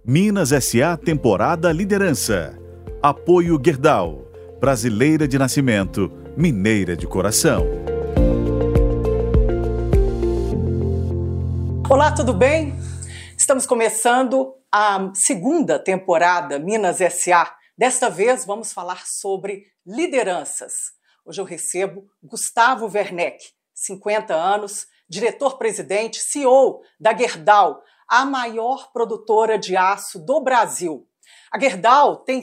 Minas S.A. Temporada Liderança. Apoio Gerdau. Brasileira de nascimento, mineira de coração. Olá, tudo bem? Estamos começando a segunda temporada Minas S.A. Desta vez vamos falar sobre lideranças. Hoje eu recebo Gustavo Werneck, 50 anos, diretor-presidente, CEO da Gerdau, a maior produtora de aço do Brasil. A Gerdau tem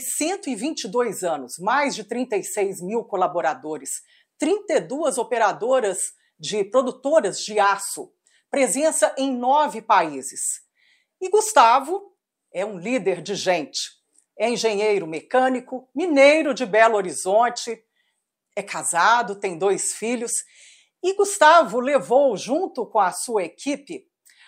122 anos, mais de 36 mil colaboradores, 32 operadoras de produtoras de aço, presença em 9 países. E Gustavo é um líder de gente, é engenheiro mecânico, mineiro de Belo Horizonte, é casado, tem 2 filhos, e Gustavo levou junto com a sua equipe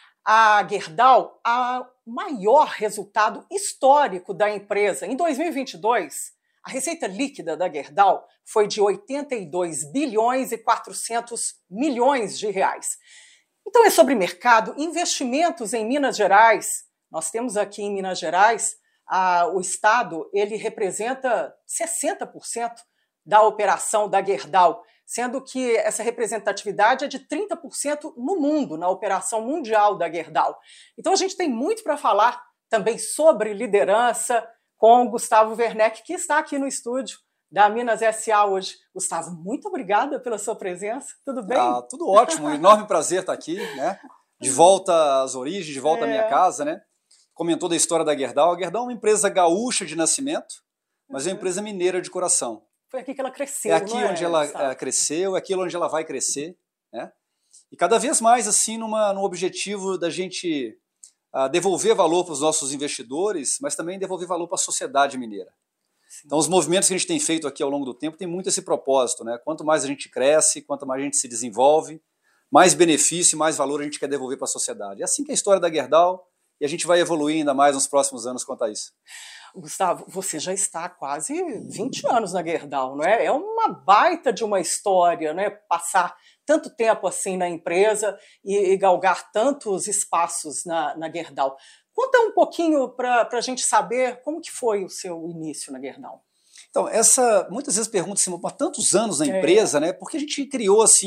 a Gerdau ao maior resultado histórico da empresa. Em 2022, a receita líquida da Gerdau foi de 82 bilhões e 400 milhões de reais. Então é sobre mercado, investimentos em Minas Gerais. Nós temos aqui em Minas Gerais, o Estado, ele representa 60% da operação da Gerdau, sendo que essa representatividade é de 30% no mundo, na operação mundial da Gerdau. Então a gente tem muito para falar também sobre liderança com o Gustavo Werneck, que está aqui no estúdio da Minas S.A. hoje. Gustavo, muito obrigada pela sua presença. Tudo bem? Tudo ótimo, um enorme prazer estar aqui, né? De volta às origens, de volta à minha casa, né? Comentou da história da Gerdau. A Gerdau é uma empresa gaúcha de nascimento, mas é uma empresa mineira de coração. Foi aqui que ela cresceu, é aqui onde ela cresceu, é aqui onde ela vai crescer, né? E cada vez mais assim num objetivo da gente devolver valor para os nossos investidores, mas também devolver valor para a sociedade mineira. Sim. Então os movimentos que a gente tem feito aqui ao longo do tempo tem muito esse propósito, né? Quanto mais a gente cresce, quanto mais a gente se desenvolve, mais benefício, mais valor a gente quer devolver para a sociedade. É assim que é a história da Gerdau e a gente vai evoluir ainda mais nos próximos anos quanto a isso. Gustavo, você já está há quase 20 anos na Gerdau, não é? É uma baita de uma história, né? Passar tanto tempo assim na empresa e galgar tantos espaços na Gerdau. Conta um pouquinho para a gente saber como que foi o seu início na Gerdau. Então, muitas vezes perguntam assim, há tantos anos na empresa, né? Porque a gente criou assim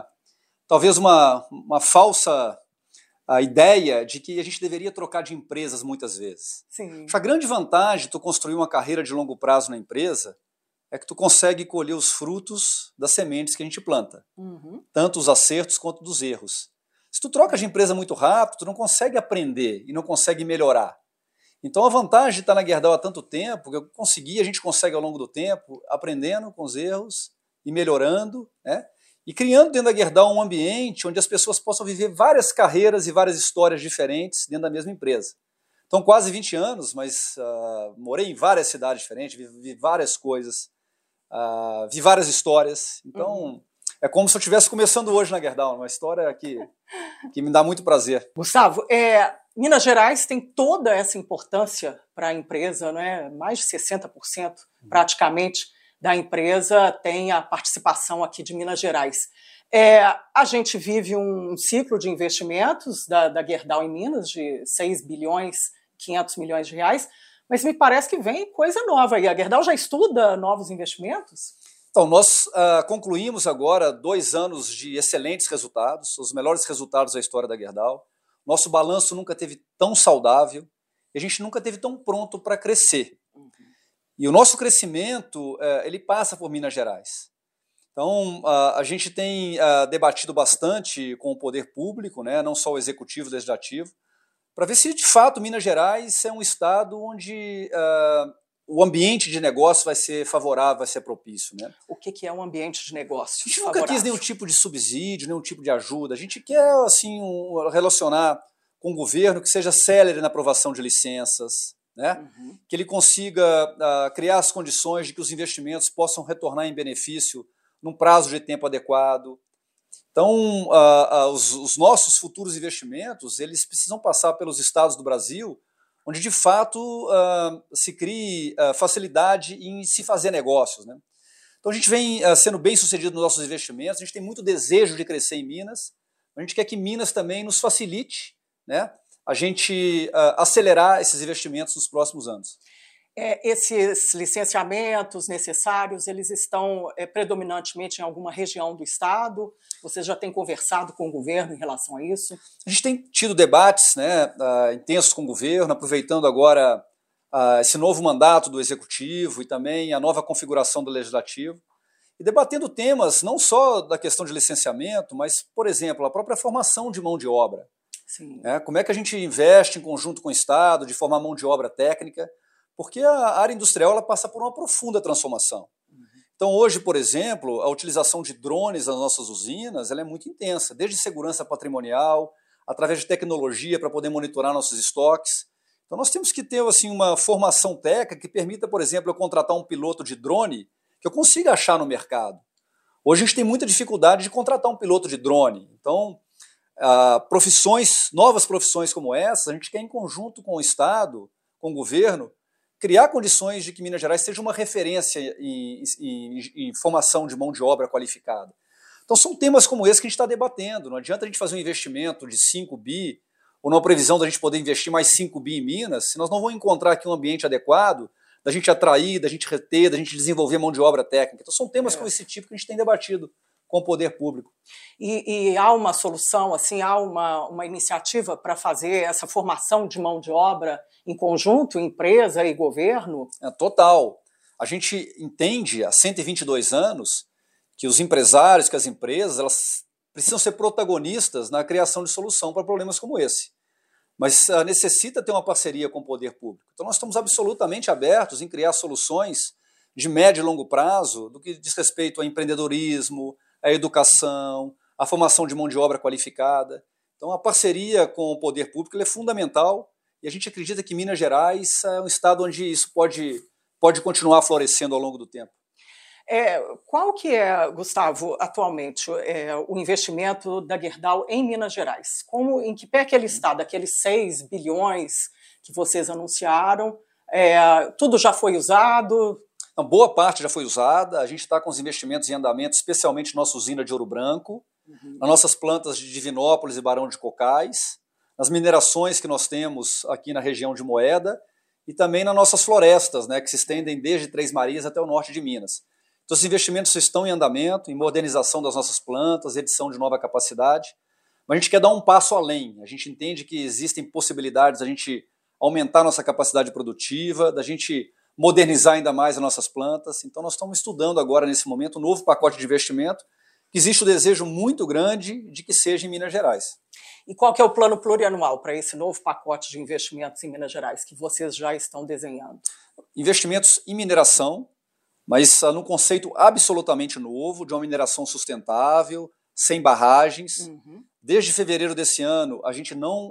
talvez uma falsa a ideia de que a gente deveria trocar de empresas muitas vezes. Sim. A grande vantagem de tu construir uma carreira de longo prazo na empresa é que tu consegue colher os frutos das sementes que a gente planta, tanto os acertos quanto dos erros. Se tu troca de empresa muito rápido, tu não consegue aprender e não consegue melhorar. Então a vantagem de estar na Gerdau há tanto tempo, que a gente consegue ao longo do tempo, aprendendo com os erros e melhorando, né? E criando dentro da Gerdau um ambiente onde as pessoas possam viver várias carreiras e várias histórias diferentes dentro da mesma empresa. Então, quase 20 anos, mas morei em várias cidades diferentes, vi várias coisas, vi várias histórias. Então, é como se eu estivesse começando hoje na Gerdau, uma história que me dá muito prazer. Gustavo, Minas Gerais tem toda essa importância para a empresa, não é? Mais de 60% praticamente da empresa tem a participação aqui de Minas Gerais. A gente vive um ciclo de investimentos da Gerdau em Minas de 6 bilhões 500 milhões de reais, mas me parece que vem coisa nova aí. A Gerdau já estuda novos investimentos? Então, nós concluímos agora 2 anos de excelentes resultados, os melhores resultados da história da Gerdau. Nosso balanço nunca teve tão saudável e a gente nunca teve tão pronto para crescer. E o nosso crescimento, ele passa por Minas Gerais. Então, a gente tem debatido bastante com o poder público, né, não só o executivo, o legislativo, para ver se, de fato, Minas Gerais é um estado onde o ambiente de negócio vai ser favorável, vai ser propício. Né? O que é um ambiente de negócio A gente nunca quis nenhum tipo de subsídio, nenhum tipo de ajuda. A gente quer assim, relacionar com o governo que seja célere na aprovação de licenças, né? Que ele consiga criar as condições de que os investimentos possam retornar em benefício num prazo de tempo adequado. Então, os nossos futuros investimentos, eles precisam passar pelos estados do Brasil, onde, de fato, se crie facilidade em se fazer negócios. Né? Então, a gente vem sendo bem sucedido nos nossos investimentos, a gente tem muito desejo de crescer em Minas, a gente quer que Minas também nos facilite, né, a gente acelerar esses investimentos nos próximos anos. Esses licenciamentos necessários, eles estão predominantemente em alguma região do Estado? Você já tem conversado com o governo em relação a isso? A gente tem tido debates, né, intensos com o governo, aproveitando agora esse novo mandato do Executivo e também a nova configuração do Legislativo, e debatendo temas não só da questão de licenciamento, mas, por exemplo, a própria formação de mão de obra. Sim. Como é que a gente investe em conjunto com o Estado de formar mão de obra técnica, porque a área industrial ela passa por uma profunda transformação. Então, hoje, por exemplo, a utilização de drones nas nossas usinas ela é muito intensa, desde segurança patrimonial, através de tecnologia para poder monitorar nossos estoques. Então, nós temos que ter assim, uma formação técnica que permita, por exemplo, eu contratar um piloto de drone que eu consiga achar no mercado. Hoje, a gente tem muita dificuldade de contratar um piloto de drone. Então, novas profissões como essa, a gente quer, em conjunto com o Estado, com o governo, criar condições de que Minas Gerais seja uma referência em formação de mão de obra qualificada. Então são temas como esse que a gente está debatendo. Não adianta a gente fazer um investimento de 5 bi, ou numa previsão da gente poder investir mais 5 bi em Minas, se nós não vamos encontrar aqui um ambiente adequado da gente atrair, da gente reter, da gente desenvolver mão de obra técnica. Então são temas como esse tipo que a gente tem debatido com o poder público. E há uma solução, assim, há uma iniciativa para fazer essa formação de mão de obra em conjunto, empresa e governo? Total. A gente entende há 122 anos que os empresários, que as empresas, elas precisam ser protagonistas na criação de solução para problemas como esse. Mas necessita ter uma parceria com o poder público. Então nós estamos absolutamente abertos em criar soluções de médio e longo prazo do que diz respeito ao empreendedorismo, à educação, à formação de mão de obra qualificada. Então a parceria com o poder público é fundamental e a gente acredita que Minas Gerais é um estado onde isso pode continuar florescendo ao longo do tempo. Qual que é, Gustavo, atualmente, o investimento da Gerdau em Minas Gerais? Em que pé que ele está, daqueles 6 bilhões que vocês anunciaram? Tudo já foi usado? Uma boa parte já foi usada, a gente está com os investimentos em andamento, especialmente na nossa usina de Ouro Branco, nas nossas plantas de Divinópolis e Barão de Cocais, nas minerações que nós temos aqui na região de Moeda e também nas nossas florestas, né, que se estendem desde Três Marias até o norte de Minas. Então, os investimentos estão em andamento, em modernização das nossas plantas, edição de nova capacidade, mas a gente quer dar um passo além. A gente entende que existem possibilidades da gente aumentar nossa capacidade produtiva, da gente modernizar ainda mais as nossas plantas. Então, nós estamos estudando agora, nesse momento, um novo pacote de investimento, que existe um desejo muito grande de que seja em Minas Gerais. E qual que é o plano plurianual para esse novo pacote de investimentos em Minas Gerais que vocês já estão desenhando? Investimentos em mineração, mas num conceito absolutamente novo, de uma mineração sustentável, sem barragens. Desde fevereiro desse ano, a gente não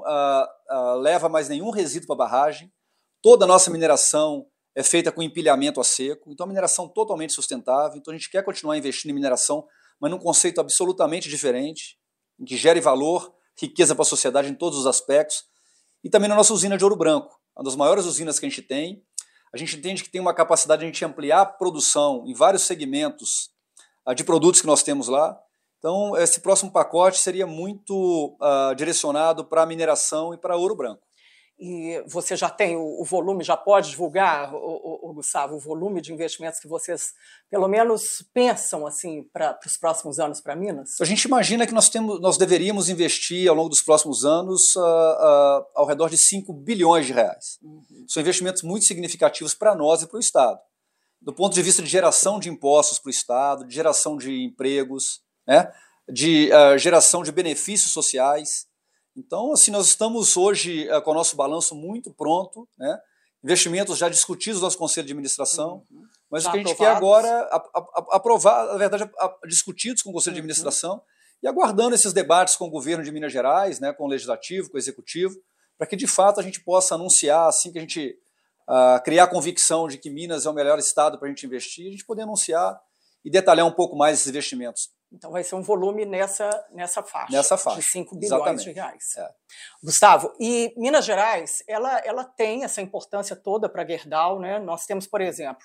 leva mais nenhum resíduo para barragem. Toda a nossa mineração é feita com empilhamento a seco, então a mineração totalmente sustentável. Então a gente quer continuar investindo em mineração, mas num conceito absolutamente diferente, em que gere valor, riqueza para a sociedade em todos os aspectos. E também na nossa usina de Ouro Branco, uma das maiores usinas que a gente tem. A gente entende que tem uma capacidade de a gente ampliar a produção em vários segmentos de produtos que nós temos lá. Então, esse próximo pacote seria muito direcionado para a mineração e para Ouro Branco. E você já tem o volume, já pode divulgar, Gustavo, o volume de investimentos que vocês, pelo menos, pensam assim, para os próximos anos para Minas? A gente imagina que nós deveríamos investir, ao longo dos próximos anos, ao redor de 5 bilhões de reais. São investimentos muito significativos para nós e para o Estado. Do ponto de vista de geração de impostos para o Estado, de geração de empregos, né, de geração de benefícios sociais. Então, assim, nós estamos hoje com o nosso balanço muito pronto, né? Investimentos já discutidos no nosso Conselho de Administração, mas já o que a gente quer agora aprovar, na verdade, discutidos com o Conselho de Administração e aguardando esses debates com o governo de Minas Gerais, né, com o Legislativo, com o Executivo, para que, de fato, a gente possa anunciar, assim que a gente criar a convicção de que Minas é o melhor estado para a gente investir, a gente poder anunciar e detalhar um pouco mais esses investimentos. Então vai ser um volume nessa faixa. Nessa faixa. De 5 bilhões de reais. Gustavo, e Minas Gerais, ela tem essa importância toda para a Gerdau, né? Nós temos, por exemplo,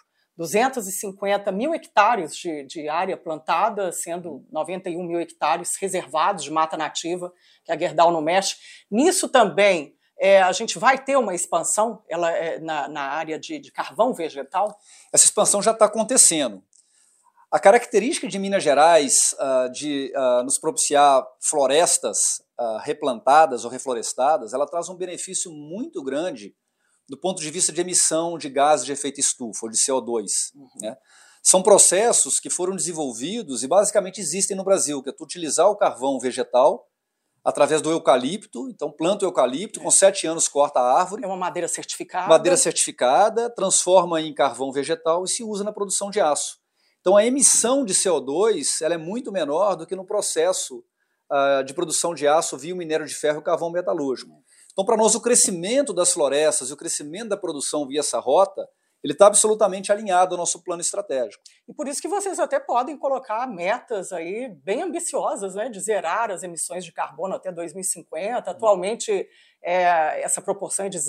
250 mil hectares de área plantada, sendo 91 mil hectares reservados de mata nativa, que a Gerdau não mexe. Nisso também a gente vai ter uma expansão na área de carvão vegetal? Essa expansão já está acontecendo. A característica de Minas Gerais de nos propiciar florestas replantadas ou reflorestadas, ela traz um benefício muito grande do ponto de vista de emissão de gases de efeito estufa, ou de CO2. Né? São processos que foram desenvolvidos e basicamente existem no Brasil, que é tu utilizar o carvão vegetal através do eucalipto. Então planta o eucalipto, com 7 anos corta a árvore. É uma madeira certificada. Madeira certificada, transforma em carvão vegetal e se usa na produção de aço. Então a emissão de CO2 ela é muito menor do que no processo de produção de aço via o minério de ferro e o carvão metalúrgico. Então para nós o crescimento das florestas e o crescimento da produção via essa rota, ele está absolutamente alinhado ao nosso plano estratégico. E por isso que vocês até podem colocar metas aí bem ambiciosas, né, de zerar as emissões de carbono até 2050. Atualmente, essa proporção é de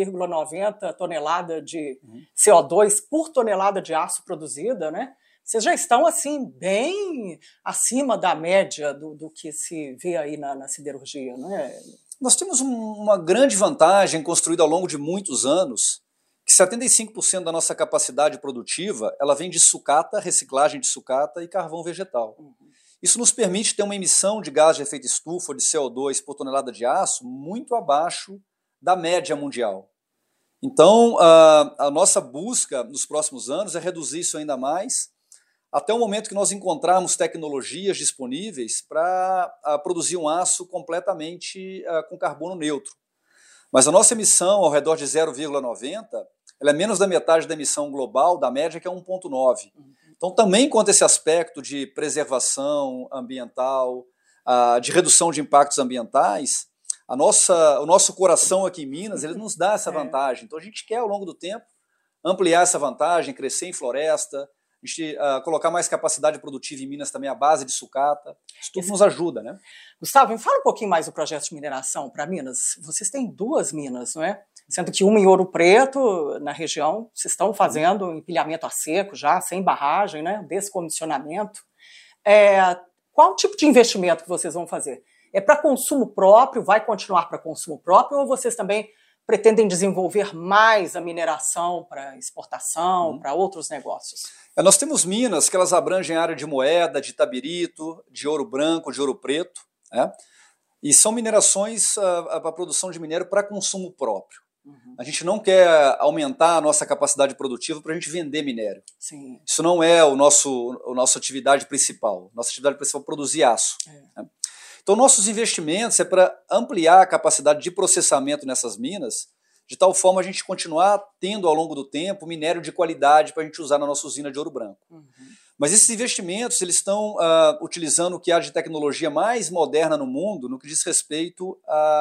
0,90 tonelada de CO2 por tonelada de aço produzida, né? Vocês já estão assim bem acima da média do que se vê aí na siderurgia, né? Nós temos uma grande vantagem construída ao longo de muitos anos, que 75% da nossa capacidade produtiva ela vem de sucata, reciclagem de sucata e carvão vegetal. Isso nos permite ter uma emissão de gás de efeito estufa, de CO2 por tonelada de aço, muito abaixo da média mundial. Então, a nossa busca nos próximos anos é reduzir isso ainda mais, até o momento que nós encontrarmos tecnologias disponíveis para produzir um aço completamente com carbono neutro. Mas a nossa emissão, ao redor de 0,90, ela é menos da metade da emissão global, da média, que é 1,9. Então, também conta esse aspecto de preservação ambiental, de redução de impactos ambientais. O nosso coração aqui em Minas, ele nos dá essa vantagem. Então, a gente quer, ao longo do tempo, ampliar essa vantagem, crescer em floresta, a gente colocar mais capacidade produtiva em Minas também, a base de sucata. Isso tudo nos ajuda, né? Gustavo, me fala um pouquinho mais do projeto de mineração para Minas. Vocês têm 2 minas, não é? Sendo que uma em Ouro Preto, na região, vocês estão fazendo empilhamento a seco já, sem barragem, né? Descomissionamento. Qual tipo de investimento que vocês vão fazer? É para consumo próprio? Vai continuar para consumo próprio? Ou vocês também pretendem desenvolver mais a mineração para exportação, para outros negócios? Nós temos minas que elas abrangem a área de Moeda, de Itabirito, de Ouro Branco, de Ouro Preto, né? E são minerações para a produção de minério para consumo próprio. A gente não quer aumentar a nossa capacidade produtiva para a gente vender minério. Sim. Isso não é a nossa atividade principal. Nossa atividade principal é produzir aço. Né? Então, nossos investimentos é para ampliar a capacidade de processamento nessas minas, de tal forma a gente continuar tendo ao longo do tempo minério de qualidade para a gente usar na nossa usina de Ouro Branco. Mas esses investimentos eles estão utilizando o que há de tecnologia mais moderna no mundo no que diz respeito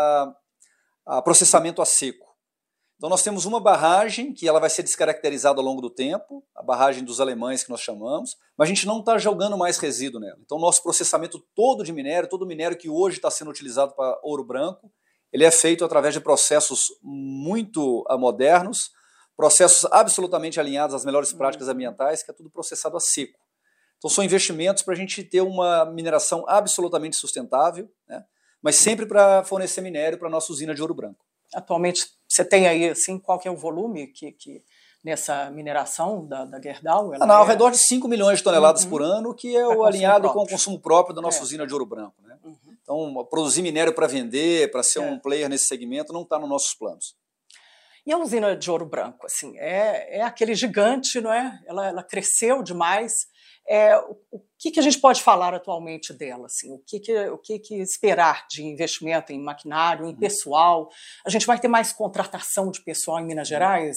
a processamento a seco. Então nós temos uma barragem que ela vai ser descaracterizada ao longo do tempo, a barragem dos alemães que nós chamamos, mas a gente não está jogando mais resíduo nela. Então nosso processamento todo de minério, todo o minério que hoje está sendo utilizado para Ouro Branco, ele é feito através de processos muito modernos, processos absolutamente alinhados às melhores práticas ambientais, que é tudo processado a seco. Então são investimentos para a gente ter uma mineração absolutamente sustentável, né? Mas sempre para fornecer minério para a nossa usina de Ouro Branco. Atualmente, você tem aí, assim, qual que é o volume que nessa mineração da Gerdau? Ao redor de 5 milhões de toneladas por ano, que é o alinhado com o consumo próprio da nossa usina de Ouro Branco. Né? Então, produzir minério para vender, para ser um player nesse segmento, não está nos nossos planos. E a usina de Ouro Branco, assim, é aquele gigante, não é? Ela cresceu demais. O que a gente pode falar atualmente dela? Assim? O que esperar de investimento em maquinário, em pessoal? A gente vai ter mais contratação de pessoal em Minas Gerais?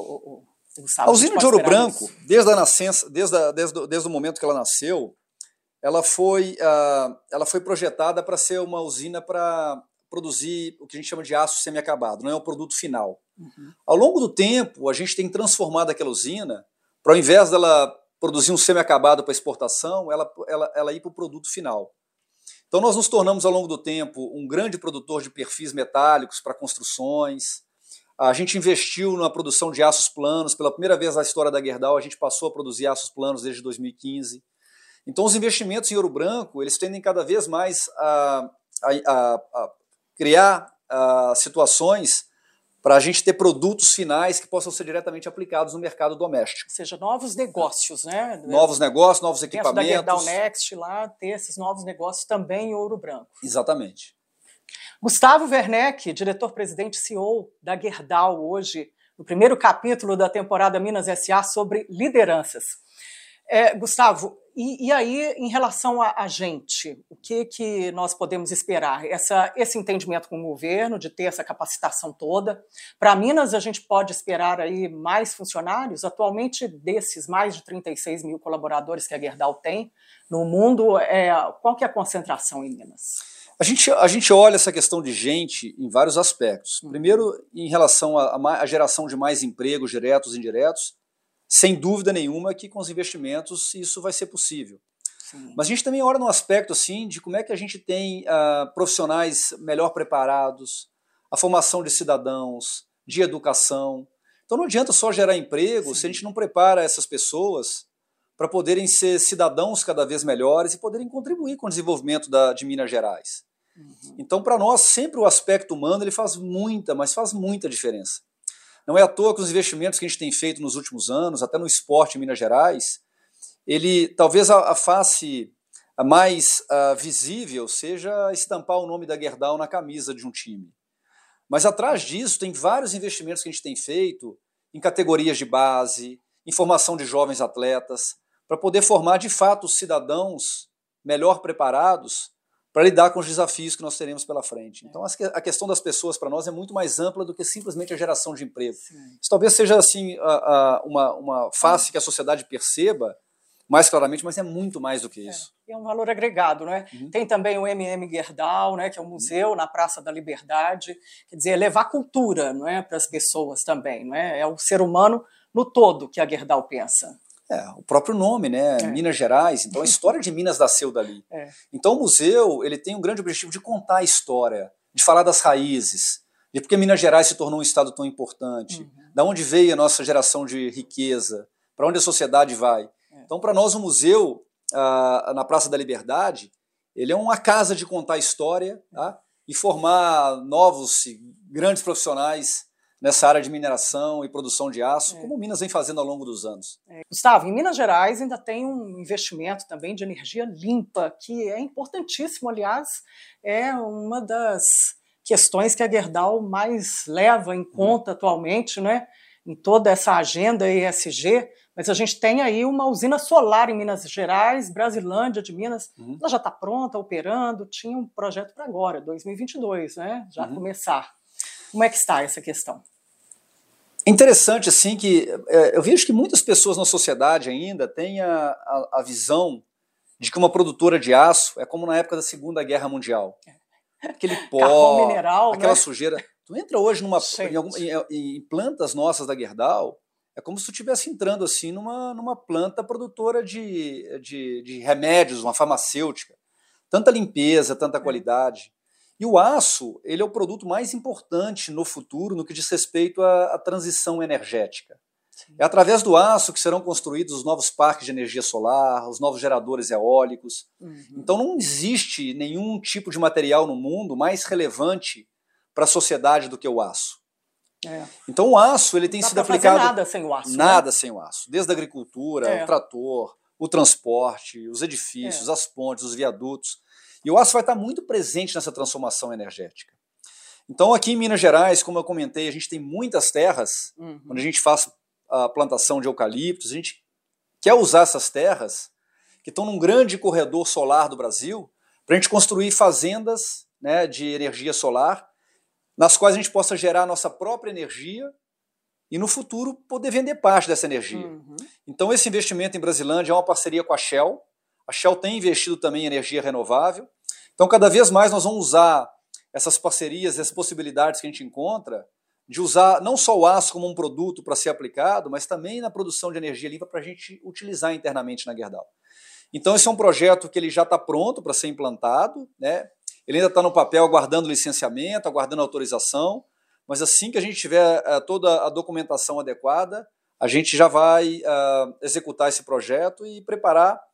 A usina de Ouro Branco, desde o momento que ela nasceu, ela foi projetada para ser uma usina para produzir o que a gente chama de aço semi-acabado, não é o produto final. Ao longo do tempo, a gente tem transformado aquela usina, para ao invés dela produzir um semi-acabado para exportação, ela ir para o produto final. Então nós nos tornamos ao longo do tempo um grande produtor de perfis metálicos para construções. A gente investiu na produção de aços planos. Pela primeira vez na história da Gerdau, a gente passou a produzir aços planos desde 2015. Então os investimentos em Ouro Branco, eles tendem cada vez mais a criar situações para a gente ter produtos finais que possam ser diretamente aplicados no mercado doméstico. Ou seja, novos negócios, né? Novos negócios, novos equipamentos. Dentro da Gerdau Next, lá, ter esses novos negócios também em Ouro Branco. Exatamente. Gustavo Werneck, diretor-presidente e CEO da Gerdau, hoje, no primeiro capítulo da temporada Minas S.A. sobre lideranças. Gustavo, e aí, em relação a gente, o que nós podemos esperar? Esse entendimento com o governo, de ter essa capacitação toda. Para Minas, a gente pode esperar aí mais funcionários? Atualmente, desses mais de 36 mil colaboradores que a Gerdau tem no mundo, qual que é a concentração em Minas? A gente olha essa questão de gente em vários aspectos. Primeiro, em relação à geração de mais empregos diretos e indiretos, sem dúvida nenhuma que com os investimentos isso vai ser possível. Sim. Mas a gente também olha no aspecto assim, de como é que a gente tem profissionais melhor preparados, a formação de cidadãos, de educação. Então não adianta só gerar emprego se a gente não prepara essas pessoas para poderem ser cidadãos cada vez melhores e poderem contribuir com o desenvolvimento de Minas Gerais. Então, para nós, sempre o aspecto humano ele faz muita, mas faz muita diferença. Não é à toa que os investimentos que a gente tem feito nos últimos anos, até no esporte em Minas Gerais, talvez a face mais visível seja estampar o nome da Gerdau na camisa de um time. Mas atrás disso tem vários investimentos que a gente tem feito em categorias de base, em formação de jovens atletas, para poder formar de fato os cidadãos melhor preparados para lidar com os desafios que nós teremos pela frente. Então, a questão das pessoas para nós é muito mais ampla do que simplesmente a geração de emprego. Sim. Isso talvez seja assim, uma face que a sociedade perceba mais claramente, mas é muito mais do que isso. É um valor agregado, né? Tem também o Gerdau, né, que é um museu na Praça da Liberdade, quer dizer, levar cultura, não é, para as pessoas também, não é? É o ser humano no todo que a Gerdau pensa. O próprio nome, né? Minas Gerais. Então, a história de Minas nasceu dali. Então, o museu ele tem um grande objetivo de contar a história, de falar das raízes, de por que Minas Gerais se tornou um estado tão importante, da onde veio a nossa geração de riqueza, para onde a sociedade vai. Então, para nós, o museu, na Praça da Liberdade, ele é uma casa de contar a história, tá? E formar novos e grandes profissionais nessa área de mineração e produção de aço, como Minas vem fazendo ao longo dos anos. Gustavo, em Minas Gerais ainda tem um investimento também de energia limpa, que é importantíssimo, aliás, é uma das questões que a Gerdau mais leva em conta atualmente, né, em toda essa agenda ESG, mas a gente tem aí uma usina solar em Minas Gerais, Brasilândia de Minas, ela já está pronta, operando, tinha um projeto para agora, 2022, né, já começar. Como é que está essa questão? É interessante, assim, que eu vejo que muitas pessoas na sociedade ainda têm a visão de que uma produtora de aço é como na época da Segunda Guerra Mundial. Aquele pó, mineral, aquela né? sujeira. Tu entra hoje em plantas nossas da Gerdau, é como se tu estivesse entrando assim numa planta produtora de remédios, uma farmacêutica. Tanta limpeza, tanta qualidade. E o aço, ele é o produto mais importante no futuro no que diz respeito à transição energética. Sim. É através do aço que serão construídos os novos parques de energia solar, os novos geradores eólicos. Então não existe nenhum tipo de material no mundo mais relevante para a sociedade do que o aço. Então o aço ele tem sido aplicado... Nada sem o aço. Nada sem o aço. Desde a agricultura, o trator, o transporte, os edifícios, as pontes, os viadutos. E o aço vai estar muito presente nessa transformação energética. Então, aqui em Minas Gerais, como eu comentei, a gente tem muitas terras onde a gente faz a plantação de eucaliptos. A gente quer usar essas terras que estão num grande corredor solar do Brasil para a gente construir fazendas, né, de energia solar, nas quais a gente possa gerar a nossa própria energia e, no futuro, poder vender parte dessa energia. Então, esse investimento em Brasilândia é uma parceria com a Shell. A Shell tem investido também em energia renovável. Então, cada vez mais nós vamos usar essas parcerias, essas possibilidades que a gente encontra, de usar não só o aço como um produto para ser aplicado, mas também na produção de energia limpa para a gente utilizar internamente na Gerdau. Então, esse é um projeto que ele já está pronto para ser implantado, né? Ele ainda está no papel aguardando licenciamento, aguardando autorização, mas assim que a gente tiver toda a documentação adequada, a gente já vai executar esse projeto e preparar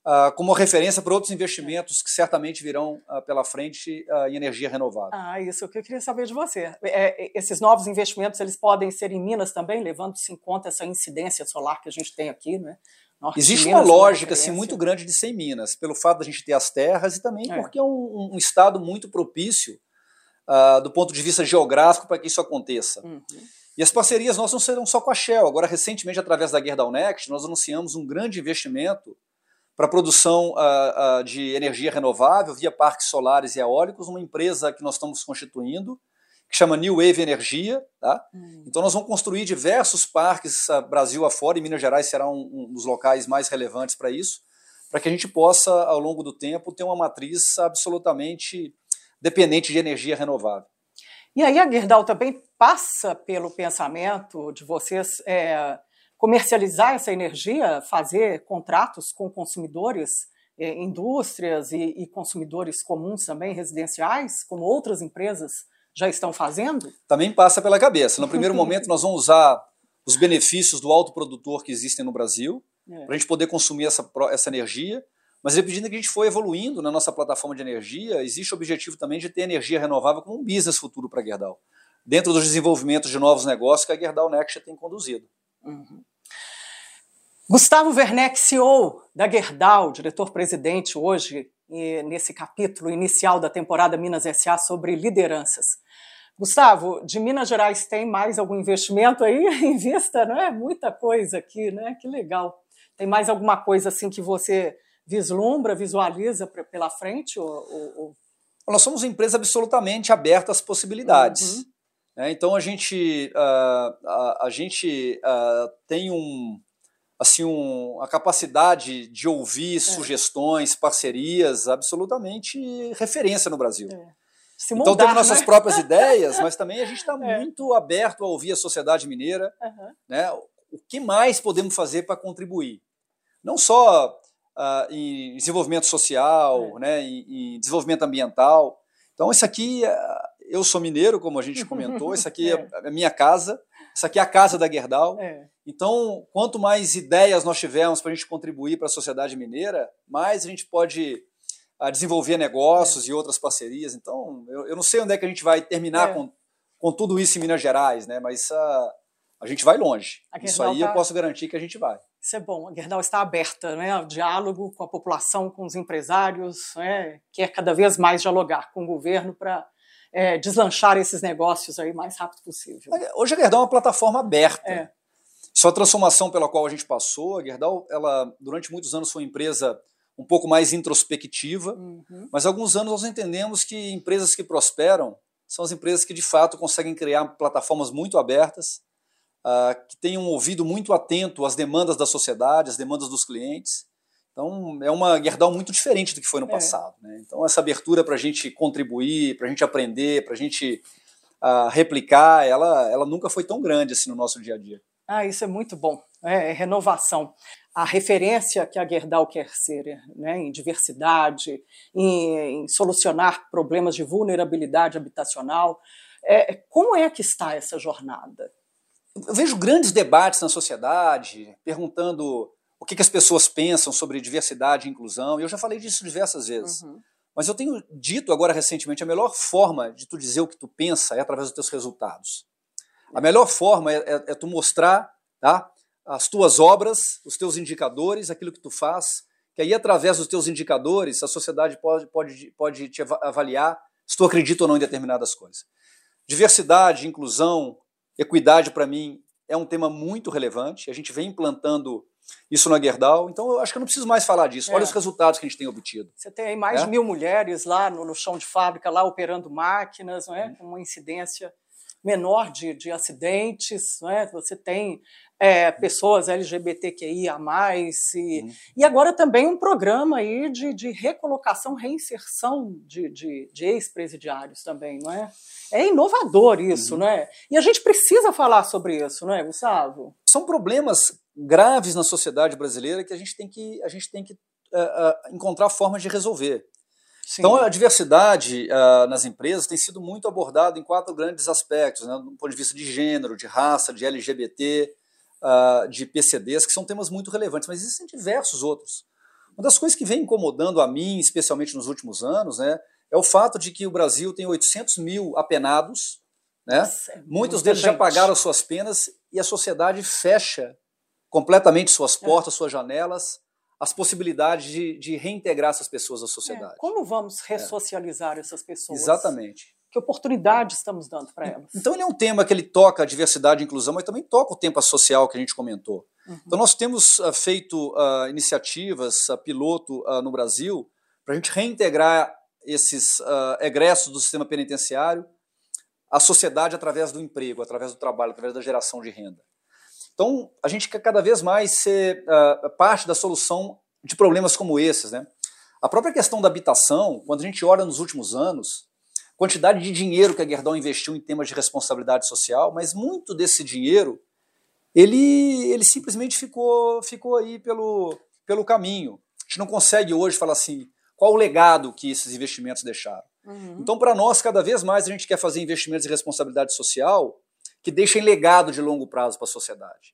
como referência para outros investimentos que certamente virão pela frente em energia renovável. Isso que eu queria saber de você. Esses novos investimentos, eles podem ser em Minas também, levando-se em conta essa incidência solar que a gente tem aqui, né? Existe uma lógica assim, muito grande de ser em Minas, pelo fato da gente ter as terras e também porque é um estado muito propício do ponto de vista geográfico para que isso aconteça. E as parcerias nossas não serão só com a Shell. Agora, recentemente, através da Gerdau Next, nós anunciamos um grande investimento para a produção de energia renovável via parques solares e eólicos, uma empresa que nós estamos constituindo, que chama New Wave Energia. Tá? Então nós vamos construir diversos parques Brasil afora, e Minas Gerais será um dos locais mais relevantes para isso, para que a gente possa, ao longo do tempo, ter uma matriz absolutamente dependente de energia renovável. E aí a Gerdau também passa pelo pensamento de vocês comercializar essa energia, fazer contratos com consumidores, indústrias e consumidores comuns também, residenciais, como outras empresas já estão fazendo? Também passa pela cabeça. No primeiro momento, nós vamos usar os benefícios do autoprodutor que existem no Brasil, para a gente poder consumir essa energia, mas à medida que a gente for evoluindo na nossa plataforma de energia, existe o objetivo também de ter energia renovável como um business futuro para a Gerdau, dentro dos desenvolvimentos de novos negócios que a Gerdau Next tem conduzido. Gustavo Werneck, CEO da Gerdau, diretor-presidente hoje, nesse capítulo inicial da temporada Minas S.A. sobre lideranças. Gustavo, de Minas Gerais tem mais algum investimento aí em vista, não é? Muita coisa aqui, né? Que legal. Tem mais alguma coisa assim que você vislumbra, visualiza pela frente? Nós somos uma empresa absolutamente aberta às possibilidades. Então a gente tem a capacidade de ouvir sugestões, parcerias, absolutamente referência no Brasil. Mudar, então temos nossas próprias ideias, mas também a gente está muito aberto a ouvir a sociedade mineira, né? O que mais podemos fazer para contribuir? Não só em desenvolvimento social, né? em desenvolvimento ambiental. Então isso aqui, eu sou mineiro, como a gente comentou, isso aqui é a minha casa, isso aqui é a casa da Gerdau. Então, quanto mais ideias nós tivermos para a gente contribuir para a sociedade mineira, mais a gente pode desenvolver negócios e outras parcerias. Então, eu não sei onde é que a gente vai terminar com tudo isso em Minas Gerais, né? Mas a gente vai longe. Isso aí eu posso garantir que a gente vai. Isso é bom. A Gerdau está aberta, né, ao diálogo com a população, com os empresários, né, quer cada vez mais dialogar com o governo para deslanchar esses negócios aí o mais rápido possível. Hoje a Gerdau é uma plataforma aberta. Isso é a transformação pela qual a gente passou. A Gerdau, ela, durante muitos anos, foi uma empresa um pouco mais introspectiva, mas há alguns anos nós entendemos que empresas que prosperam são as empresas que, de fato, conseguem criar plataformas muito abertas, que tenham um ouvido muito atento às demandas da sociedade, às demandas dos clientes. Então, é uma Gerdau muito diferente do que foi no passado. Né? Então, essa abertura para a gente contribuir, para a gente aprender, para a gente replicar, ela nunca foi tão grande assim no nosso dia a dia. Isso é muito bom. É renovação. A referência que a Gerdau quer ser, né, em diversidade, em solucionar problemas de vulnerabilidade habitacional. Como é que está essa jornada? Eu vejo grandes debates na sociedade, perguntando o que as pessoas pensam sobre diversidade e inclusão, e eu já falei disso diversas vezes. Mas eu tenho dito agora recentemente, a melhor forma de tu dizer o que tu pensa é através dos teus resultados. A melhor forma é tu mostrar, tá, as tuas obras, os teus indicadores, aquilo que tu faz, que aí através dos teus indicadores a sociedade pode te avaliar se tu acredita ou não em determinadas coisas. Diversidade, inclusão, equidade, para mim, é um tema muito relevante. A gente vem implantando isso na Gerdau, então eu acho que eu não preciso mais falar disso. Olha os resultados que a gente tem obtido. Você tem aí mais de 1000 mulheres lá no chão de fábrica, lá operando máquinas, não é? Com uma incidência menor de acidentes, não é? Você tem pessoas LGBTQIA+, e agora também um programa aí de recolocação, reinserção de ex-presidiários também, não é? É inovador isso, não é? E a gente precisa falar sobre isso, não é, Gustavo? São problemas graves na sociedade brasileira que a gente tem que encontrar formas de resolver. Sim. Então, a diversidade nas empresas tem sido muito abordada em 4 grandes aspectos, né, do ponto de vista de gênero, de raça, de LGBT, de PCDs, que são temas muito relevantes, mas existem diversos outros. Uma das coisas que vem incomodando a mim, especialmente nos últimos anos, né, é o fato de que o Brasil tem 800 mil apenados, né? Nossa, muitos deles já pagaram suas penas e a sociedade fecha completamente suas portas, suas janelas, as possibilidades de reintegrar essas pessoas à sociedade. Como vamos ressocializar essas pessoas? Exatamente. Que oportunidade estamos dando para elas? Então ele é um tema que ele toca a diversidade e inclusão, mas também toca o tema social que a gente comentou. Então nós temos feito iniciativas piloto no Brasil para a gente reintegrar esses egressos do sistema penitenciário à sociedade através do emprego, através do trabalho, através da geração de renda. Então a gente quer cada vez mais ser parte da solução de problemas como esses, né? A própria questão da habitação, quando a gente olha nos últimos anos, quantidade de dinheiro que a Gerdau investiu em temas de responsabilidade social, mas muito desse dinheiro, ele simplesmente ficou aí pelo caminho. A gente não consegue hoje falar assim, qual o legado que esses investimentos deixaram. Então, para nós, cada vez mais a gente quer fazer investimentos em responsabilidade social que deixem legado de longo prazo para a sociedade.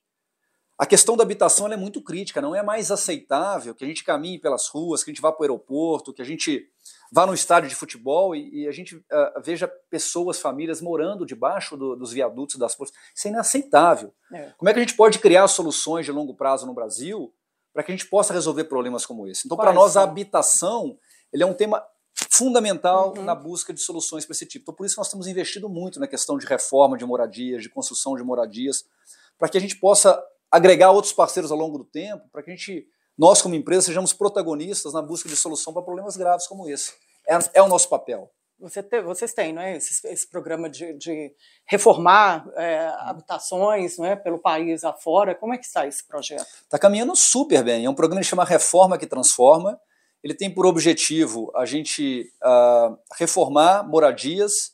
A questão da habitação ela é muito crítica, não é mais aceitável que a gente caminhe pelas ruas, que a gente vá para o aeroporto, que a gente vá no estádio de futebol e a gente veja pessoas, famílias morando debaixo dos viadutos das pontes. Isso é inaceitável. Como é que a gente pode criar soluções de longo prazo no Brasil para que a gente possa resolver problemas como esse? Então, para nós, a habitação ele é um tema fundamental na busca de soluções para esse tipo. Então, por isso nós temos investido muito na questão de reforma de moradias, de construção de moradias, para que a gente possa agregar outros parceiros ao longo do tempo, para que nós como empresa sejamos protagonistas na busca de solução para problemas graves como esse. É o nosso papel. Vocês têm, não é, esse programa de reformar habitações, não é, pelo país afora. Como é que está esse projeto? Está caminhando super bem. É um programa que chama Reforma que Transforma. Ele tem por objetivo a gente reformar moradias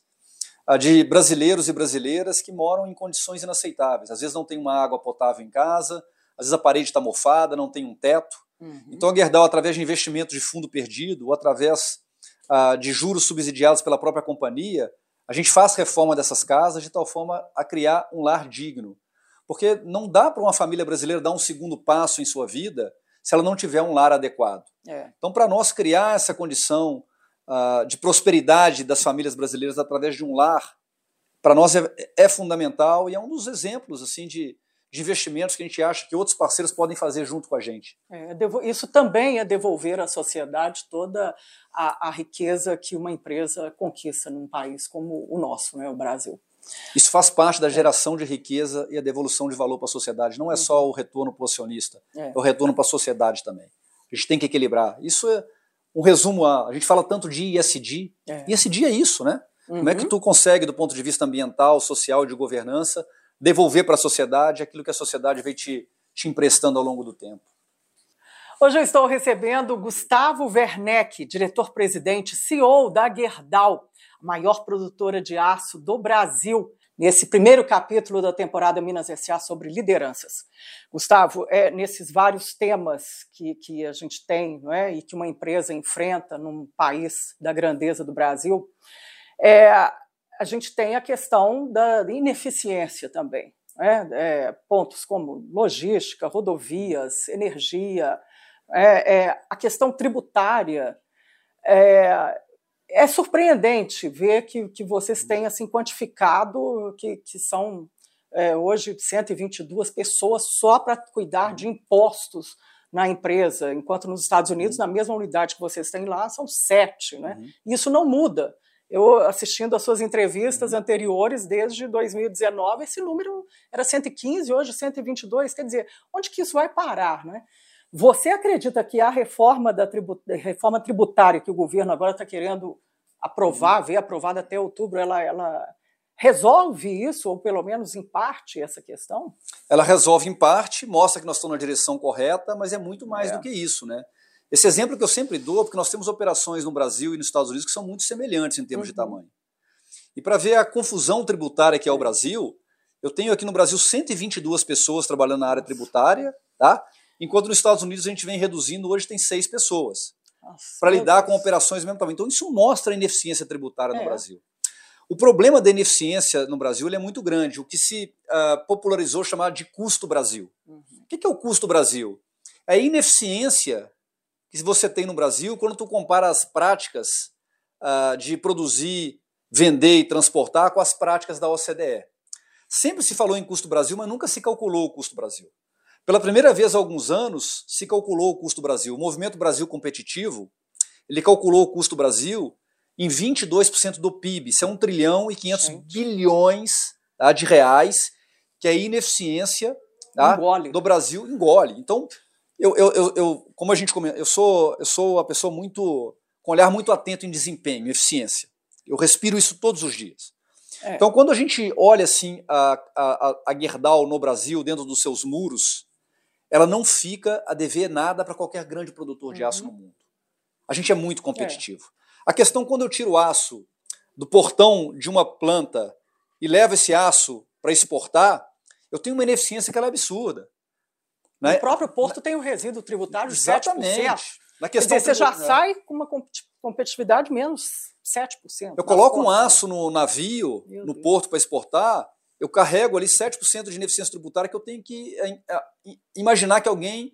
de brasileiros e brasileiras que moram em condições inaceitáveis. Às vezes não tem uma água potável em casa, às vezes a parede está mofada, não tem um teto. Então a Gerdau, através de investimento de fundo perdido ou através de juros subsidiados pela própria companhia, a gente faz reforma dessas casas de tal forma a criar um lar digno. Porque não dá para uma família brasileira dar um segundo passo em sua vida se ela não tiver um lar adequado. Então, para nós criar essa condição de prosperidade das famílias brasileiras através de um lar, para nós é fundamental e é um dos exemplos assim, de investimentos que a gente acha que outros parceiros podem fazer junto com a gente. Isso também é devolver à sociedade toda a riqueza que uma empresa conquista num país como o nosso, né, o Brasil. Isso faz parte da geração de riqueza e a devolução de valor para a sociedade. Não é só o retorno para o acionista, é o retorno para a sociedade também. A gente tem que equilibrar. Isso é um resumo. A gente fala tanto de ISD. ISD é isso, né? Como é que tu consegue, do ponto de vista ambiental, social e de governança, devolver para a sociedade aquilo que a sociedade vem te emprestando ao longo do tempo? Hoje eu estou recebendo Gustavo Werneck, diretor-presidente, CEO da Gerdau, a maior produtora de aço do Brasil, nesse primeiro capítulo da temporada Minas S.A. sobre lideranças. Gustavo, nesses vários temas que a gente tem, não é, e que uma empresa enfrenta num país da grandeza do Brasil, a gente tem a questão da ineficiência também. Pontos como logística, rodovias, energia, a questão tributária. É surpreendente ver que vocês têm assim, quantificado que são hoje 122 pessoas só para cuidar de impostos na empresa, enquanto nos Estados Unidos, na mesma unidade que vocês têm lá, são 7. Né? E isso não muda. Eu, assistindo às suas entrevistas anteriores, desde 2019, esse número era 115, hoje 122. Quer dizer, onde que isso vai parar? Né? Você acredita que a reforma tributária que o governo agora está querendo aprovar, ver aprovada até outubro, ela resolve isso, ou pelo menos em parte, essa questão? Ela resolve em parte, mostra que nós estamos na direção correta, mas é muito mais do que isso, né? Esse exemplo que eu sempre dou, porque nós temos operações no Brasil e nos Estados Unidos que são muito semelhantes em termos de tamanho. E para ver a confusão tributária que é o Brasil, eu tenho aqui no Brasil 122 pessoas trabalhando na área tributária, tá? Enquanto nos Estados Unidos a gente vem reduzindo, hoje tem 6 pessoas, para lidar com operações do mesmo tamanho. Então isso mostra a ineficiência tributária no Brasil. O problema da ineficiência no Brasil ele é muito grande, o que se popularizou chamado de custo Brasil. O que é o custo Brasil? É a ineficiência que você tem no Brasil quando tu compara as práticas de produzir, vender e transportar com as práticas da OCDE. Sempre se falou em custo Brasil, mas nunca se calculou o custo Brasil. Pela primeira vez há alguns anos, se calculou o custo Brasil. O Movimento Brasil Competitivo, ele calculou o custo Brasil em 22% do PIB. Isso é 1 trilhão e 500 bilhões de reais, que a ineficiência do Brasil engole. Então, como a gente comenta, eu sou uma pessoa com olhar muito atento em desempenho, eficiência. Eu respiro isso todos os dias. Então, quando a gente olha assim a Gerdau no Brasil, dentro dos seus muros, ela não fica a dever nada para qualquer grande produtor de aço no mundo. A gente é muito competitivo. A questão, quando eu tiro o aço do portão de uma planta e levo esse aço para exportar, eu tenho uma ineficiência que ela é absurda. Né? O próprio porto tem um resíduo tributário de Exatamente. 7%. Na questão, quer dizer, você já sai com uma competitividade menos 7%. Eu coloco um aço no navio, no porto para exportar, eu carrego ali 7% de ineficiência tributária que eu tenho que imaginar que alguém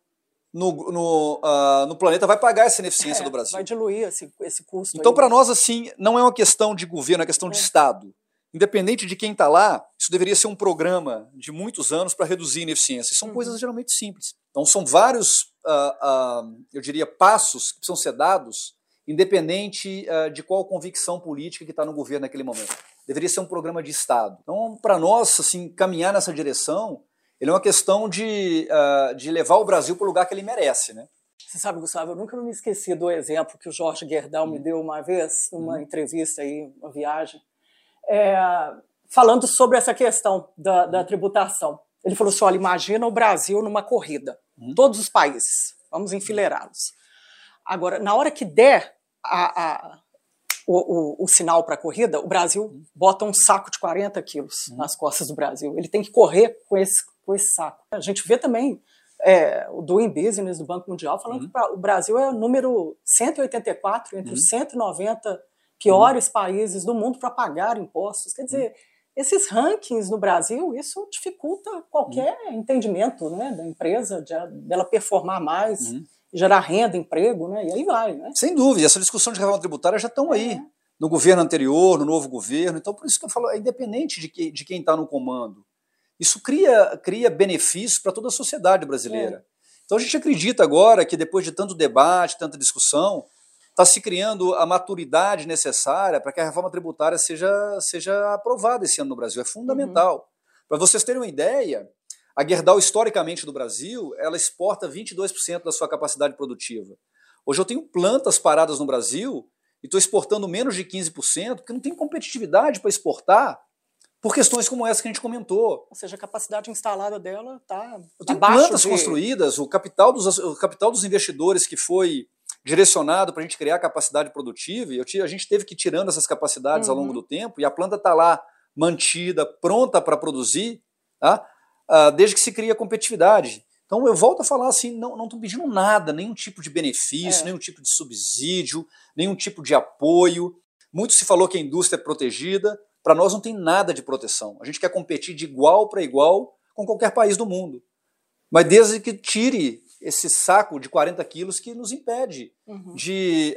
no planeta vai pagar essa ineficiência do Brasil. Vai diluir esse custo. Então, para nós, assim, não é uma questão de governo, é uma questão de Estado. Independente de quem está lá, isso deveria ser um programa de muitos anos para reduzir a ineficiência. São coisas geralmente simples. Então, são vários, eu diria, passos que precisam ser dados, independente de qual convicção política que está no governo naquele momento. Deveria ser um programa de Estado. Então, para nós, assim, caminhar nessa direção, ele é uma questão de levar o Brasil para o lugar que ele merece, né? Você sabe, Gustavo, eu nunca me esqueci do exemplo que o Jorge Gerdau me deu uma vez, numa entrevista aí, uma viagem, falando sobre essa questão da tributação. Ele falou assim, olha, imagina o Brasil numa corrida, todos os países, vamos enfileirá-los. Agora, na hora que der o sinal para a corrida, o Brasil bota um saco de 40 quilos nas costas do Brasil. Ele tem que correr com esse saco. A gente vê também o Doing Business do Banco Mundial falando que o Brasil é o número 184 entre os 190 piores países do mundo para pagar impostos. Quer dizer, esses rankings no Brasil, isso dificulta qualquer entendimento, né, da empresa, dela performar mais, gerar renda, emprego, né, e aí vai. Né? Sem dúvida, essa discussão de reforma tributária já estão aí, no governo anterior, no novo governo. Então, por isso que eu falo, é independente de quem está no comando. Isso cria benefícios para toda a sociedade brasileira. Então, a gente acredita agora que depois de tanto debate, tanta discussão, está se criando a maturidade necessária para que a reforma tributária seja aprovada esse ano no Brasil. É fundamental. Para vocês terem uma ideia, a Gerdau, historicamente, do Brasil, ela exporta 22% da sua capacidade produtiva. Hoje eu tenho plantas paradas no Brasil e estou exportando menos de 15%, porque não tem competitividade para exportar por questões como essa que a gente comentou. Ou seja, a capacidade instalada dela está abaixo. Eu tenho plantas construídas, o capital dos investidores que foi direcionado para a gente criar capacidade produtiva, e a gente teve que ir tirando essas capacidades ao longo do tempo, e a planta está lá mantida, pronta para produzir, tá? Desde que se cria competitividade. Então eu volto a falar assim, não estou pedindo nada, nenhum tipo de benefício, nenhum tipo de subsídio, nenhum tipo de apoio. Muito se falou que a indústria é protegida, para nós não tem nada de proteção. A gente quer competir de igual para igual com qualquer país do mundo. Mas desde que tire esse saco de 40 quilos que nos impede de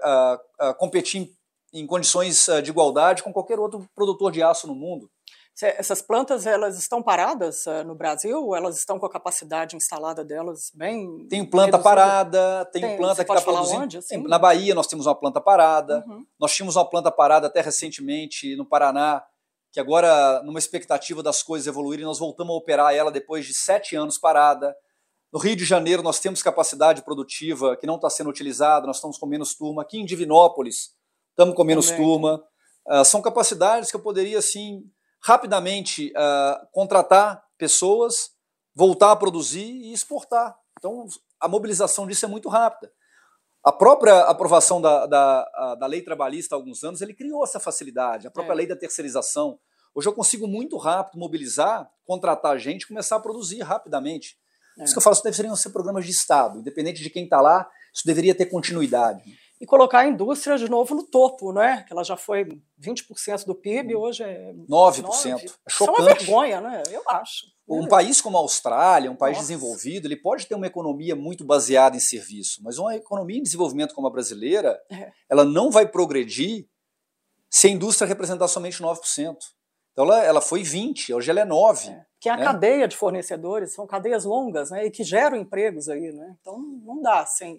competir em condições de igualdade com qualquer outro produtor de aço no mundo. Essas plantas, elas estão paradas no Brasil ou elas estão com a capacidade instalada delas bem Tem planta parada, tem planta que está produzindo. Onde, assim? Na Bahia nós temos uma planta parada, nós tínhamos uma planta parada até recentemente no Paraná, que agora, numa expectativa das coisas evoluírem, nós voltamos a operar ela depois de 7 anos parada. No Rio de Janeiro nós temos capacidade produtiva que não está sendo utilizada, nós estamos com menos turma. Aqui em Divinópolis estamos com menos turma. São capacidades que eu poderia, assim, rapidamente contratar pessoas, voltar a produzir e exportar. Então, a mobilização disso é muito rápida. A própria aprovação da lei trabalhista há alguns anos, ele criou essa facilidade, a própria lei da terceirização. Hoje eu consigo muito rápido mobilizar, contratar gente e começar a produzir rapidamente. Por isso que eu falo, isso deveriam ser programas de Estado, independente de quem está lá, isso deveria ter continuidade. e colocar a indústria de novo no topo, né? Que ela já foi 20% do PIB, hoje é 9%. É Isso é uma chocante. vergonha, né? Eu acho. Um país como a Austrália, um país desenvolvido, ele pode ter uma economia muito baseada em serviço, mas uma economia em desenvolvimento como a brasileira, ela não vai progredir se a indústria representar somente 9%. Então ela foi 20%, hoje ela é 9%. Que é a cadeia de fornecedores, são cadeias longas, né, e que geram empregos aí, né? Então não dá sem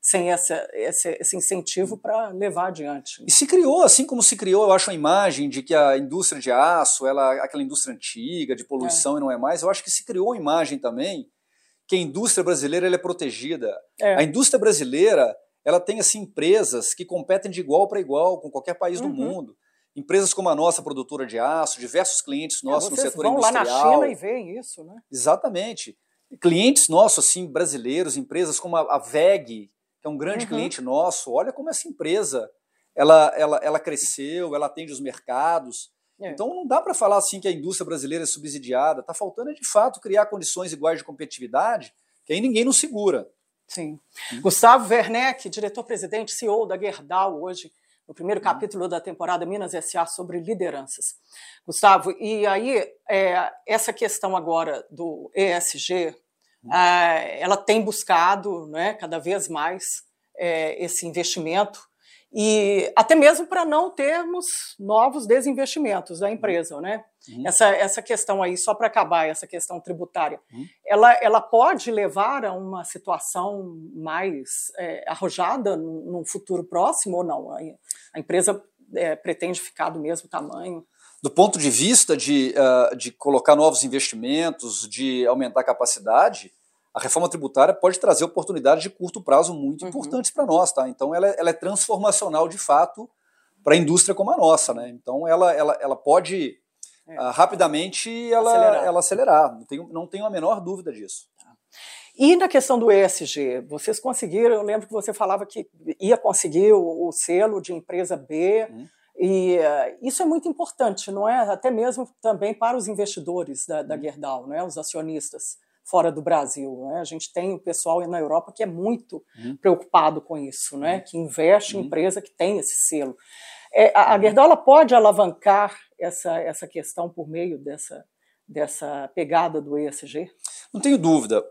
esse incentivo para levar adiante. E se criou, assim como se criou, eu acho, a imagem de que a indústria de aço, aquela indústria antiga, de poluição e não é mais, eu acho que se criou a imagem também que a indústria brasileira ela é protegida. A indústria brasileira ela tem assim, empresas que competem de igual para igual com qualquer país do mundo. Empresas como a nossa produtora de aço, diversos clientes nossos no setor industrial. Vocês vão lá na China e veem isso, né? Exatamente. Clientes nossos, assim, brasileiros, empresas como a WEG, que é um grande cliente nosso, olha como essa empresa ela cresceu, ela atende os mercados. Então não dá para falar assim que a indústria brasileira é subsidiada. Está faltando, de fato, criar condições iguais de competitividade, que aí ninguém nos segura. Sim. Gustavo Werneck, diretor-presidente, CEO da Gerdau, hoje, no primeiro capítulo da temporada Minas S.A. sobre lideranças. Gustavo, e aí essa questão agora do ESG, ela tem buscado, né, cada vez mais esse investimento, e até mesmo para não termos novos desinvestimentos da empresa, né? Essa questão aí, só para acabar, essa questão tributária, ela pode levar a uma situação mais arrojada num futuro próximo ou não? A empresa pretende ficar do mesmo tamanho? Do ponto de vista de colocar novos investimentos, de aumentar a capacidade, a reforma tributária pode trazer oportunidades de curto prazo muito importantes para nós, tá? Então ela é transformacional de fato para a indústria como a nossa, né? Então ela pode rapidamente acelerar. Não tenho a menor dúvida disso. E na questão do ESG, vocês conseguiram, eu lembro que você falava que ia conseguir o selo de empresa B, e isso é muito importante, não é? Até mesmo também para os investidores da Gerdau, né? Os acionistas fora do Brasil, né? A gente tem o pessoal na Europa que é muito preocupado com isso, né? Que investe em empresa que tem esse selo. A Gerdau ela pode alavancar essa questão por meio dessa pegada do ESG? Não tenho dúvida.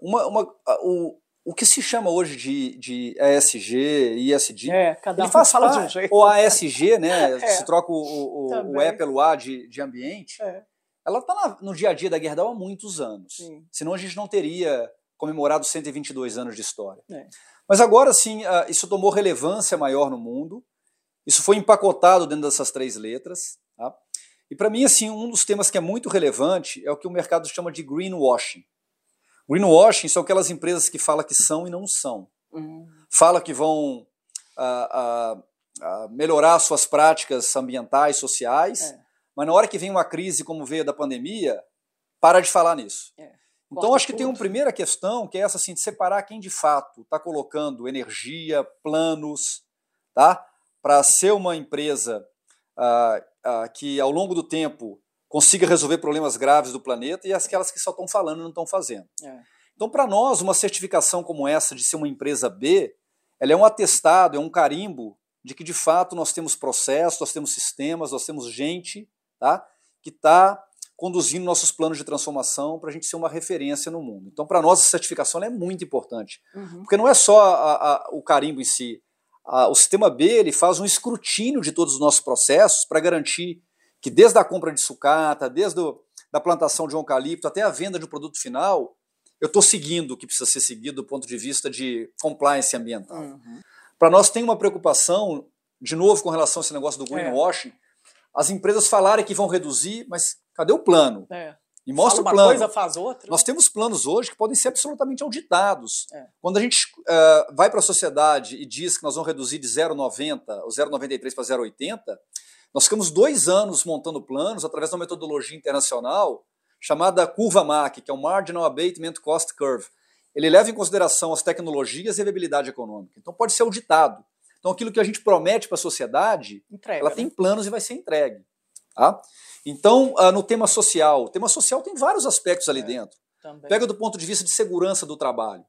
O que se chama hoje de ESG, ISD, cada um faz fala de um jeito. Ou ASG, né? Se troca o E pelo A de ambiente. Ela está no dia a dia da Gerdau há muitos anos. Senão a gente não teria comemorado 122 anos de história. Mas agora sim, isso tomou relevância maior no mundo. Isso foi empacotado dentro dessas 3 letras. Tá? E para mim, assim, um dos temas que é muito relevante é o que o mercado chama de greenwashing. Greenwashing são aquelas empresas que falam que são e não são. Falam que vão melhorar suas práticas ambientais, sociais, mas na hora que vem uma crise como veio da pandemia, para de falar nisso. Então acho que tem uma primeira questão, que é essa assim, de separar quem de fato está colocando energia, planos, tá? Para ser uma empresa que ao longo do tempo consiga resolver problemas graves do planeta, e aquelas que só estão falando e não estão fazendo. Então, para nós, uma certificação como essa de ser uma empresa B, ela é um atestado, é um carimbo de que, de fato, nós temos processos, nós temos sistemas, nós temos gente, tá, que está conduzindo nossos planos de transformação para a gente ser uma referência no mundo. Então, para nós, essa certificação é muito importante, porque não é só o carimbo em si. O sistema B ele faz um escrutínio de todos os nossos processos para garantir que desde a compra de sucata, desde da plantação de um eucalipto até a venda de um produto final, eu estou seguindo o que precisa ser seguido do ponto de vista de compliance ambiental. Para nós tem uma preocupação, de novo, com relação a esse negócio do greenwashing, as empresas falarem que vão reduzir, mas cadê o plano? E mostra o plano. Uma coisa, faz outra. Nós temos planos hoje que podem ser absolutamente auditados. Quando a gente vai para a sociedade e diz que nós vamos reduzir de 0,90 ou 0,93 para 0,80, nós ficamos 2 anos montando planos através de uma metodologia internacional chamada curva MAC, que é o Marginal Abatement Cost Curve. Ele leva em consideração as tecnologias e a viabilidade econômica. Então pode ser auditado. Então aquilo que a gente promete para a sociedade, ela tem planos e vai ser entregue. Tá? Então, no tema social, o tema social tem vários aspectos ali dentro. Também. Pega do ponto de vista de segurança do trabalho.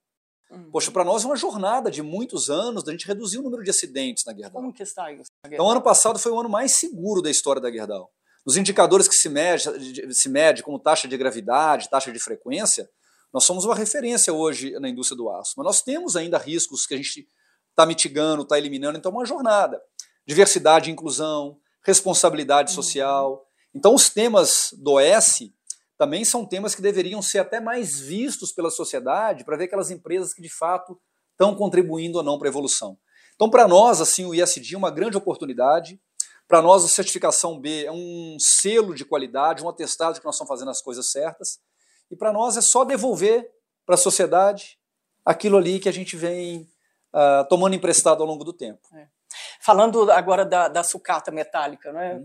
Poxa, para nós é uma jornada de muitos anos da gente reduzir o número de acidentes na Gerdau. Como que está isso? Então, ano passado foi o ano mais seguro da história da Gerdau. Nos indicadores que se mede como taxa de gravidade, taxa de frequência, nós somos uma referência hoje na indústria do aço. Mas nós temos ainda riscos que a gente está mitigando, está eliminando. Então, é uma jornada. Diversidade e inclusão, responsabilidade social. Então, os temas do OS também são temas que deveriam ser até mais vistos pela sociedade para ver aquelas empresas que, de fato, estão contribuindo ou não para a evolução. Então, para nós, assim, o ESG é uma grande oportunidade. Para nós, a certificação B é um selo de qualidade, um atestado de que nós estamos fazendo as coisas certas. E para nós é só devolver para a sociedade aquilo ali que a gente vem tomando emprestado ao longo do tempo. Falando agora da sucata metálica, né?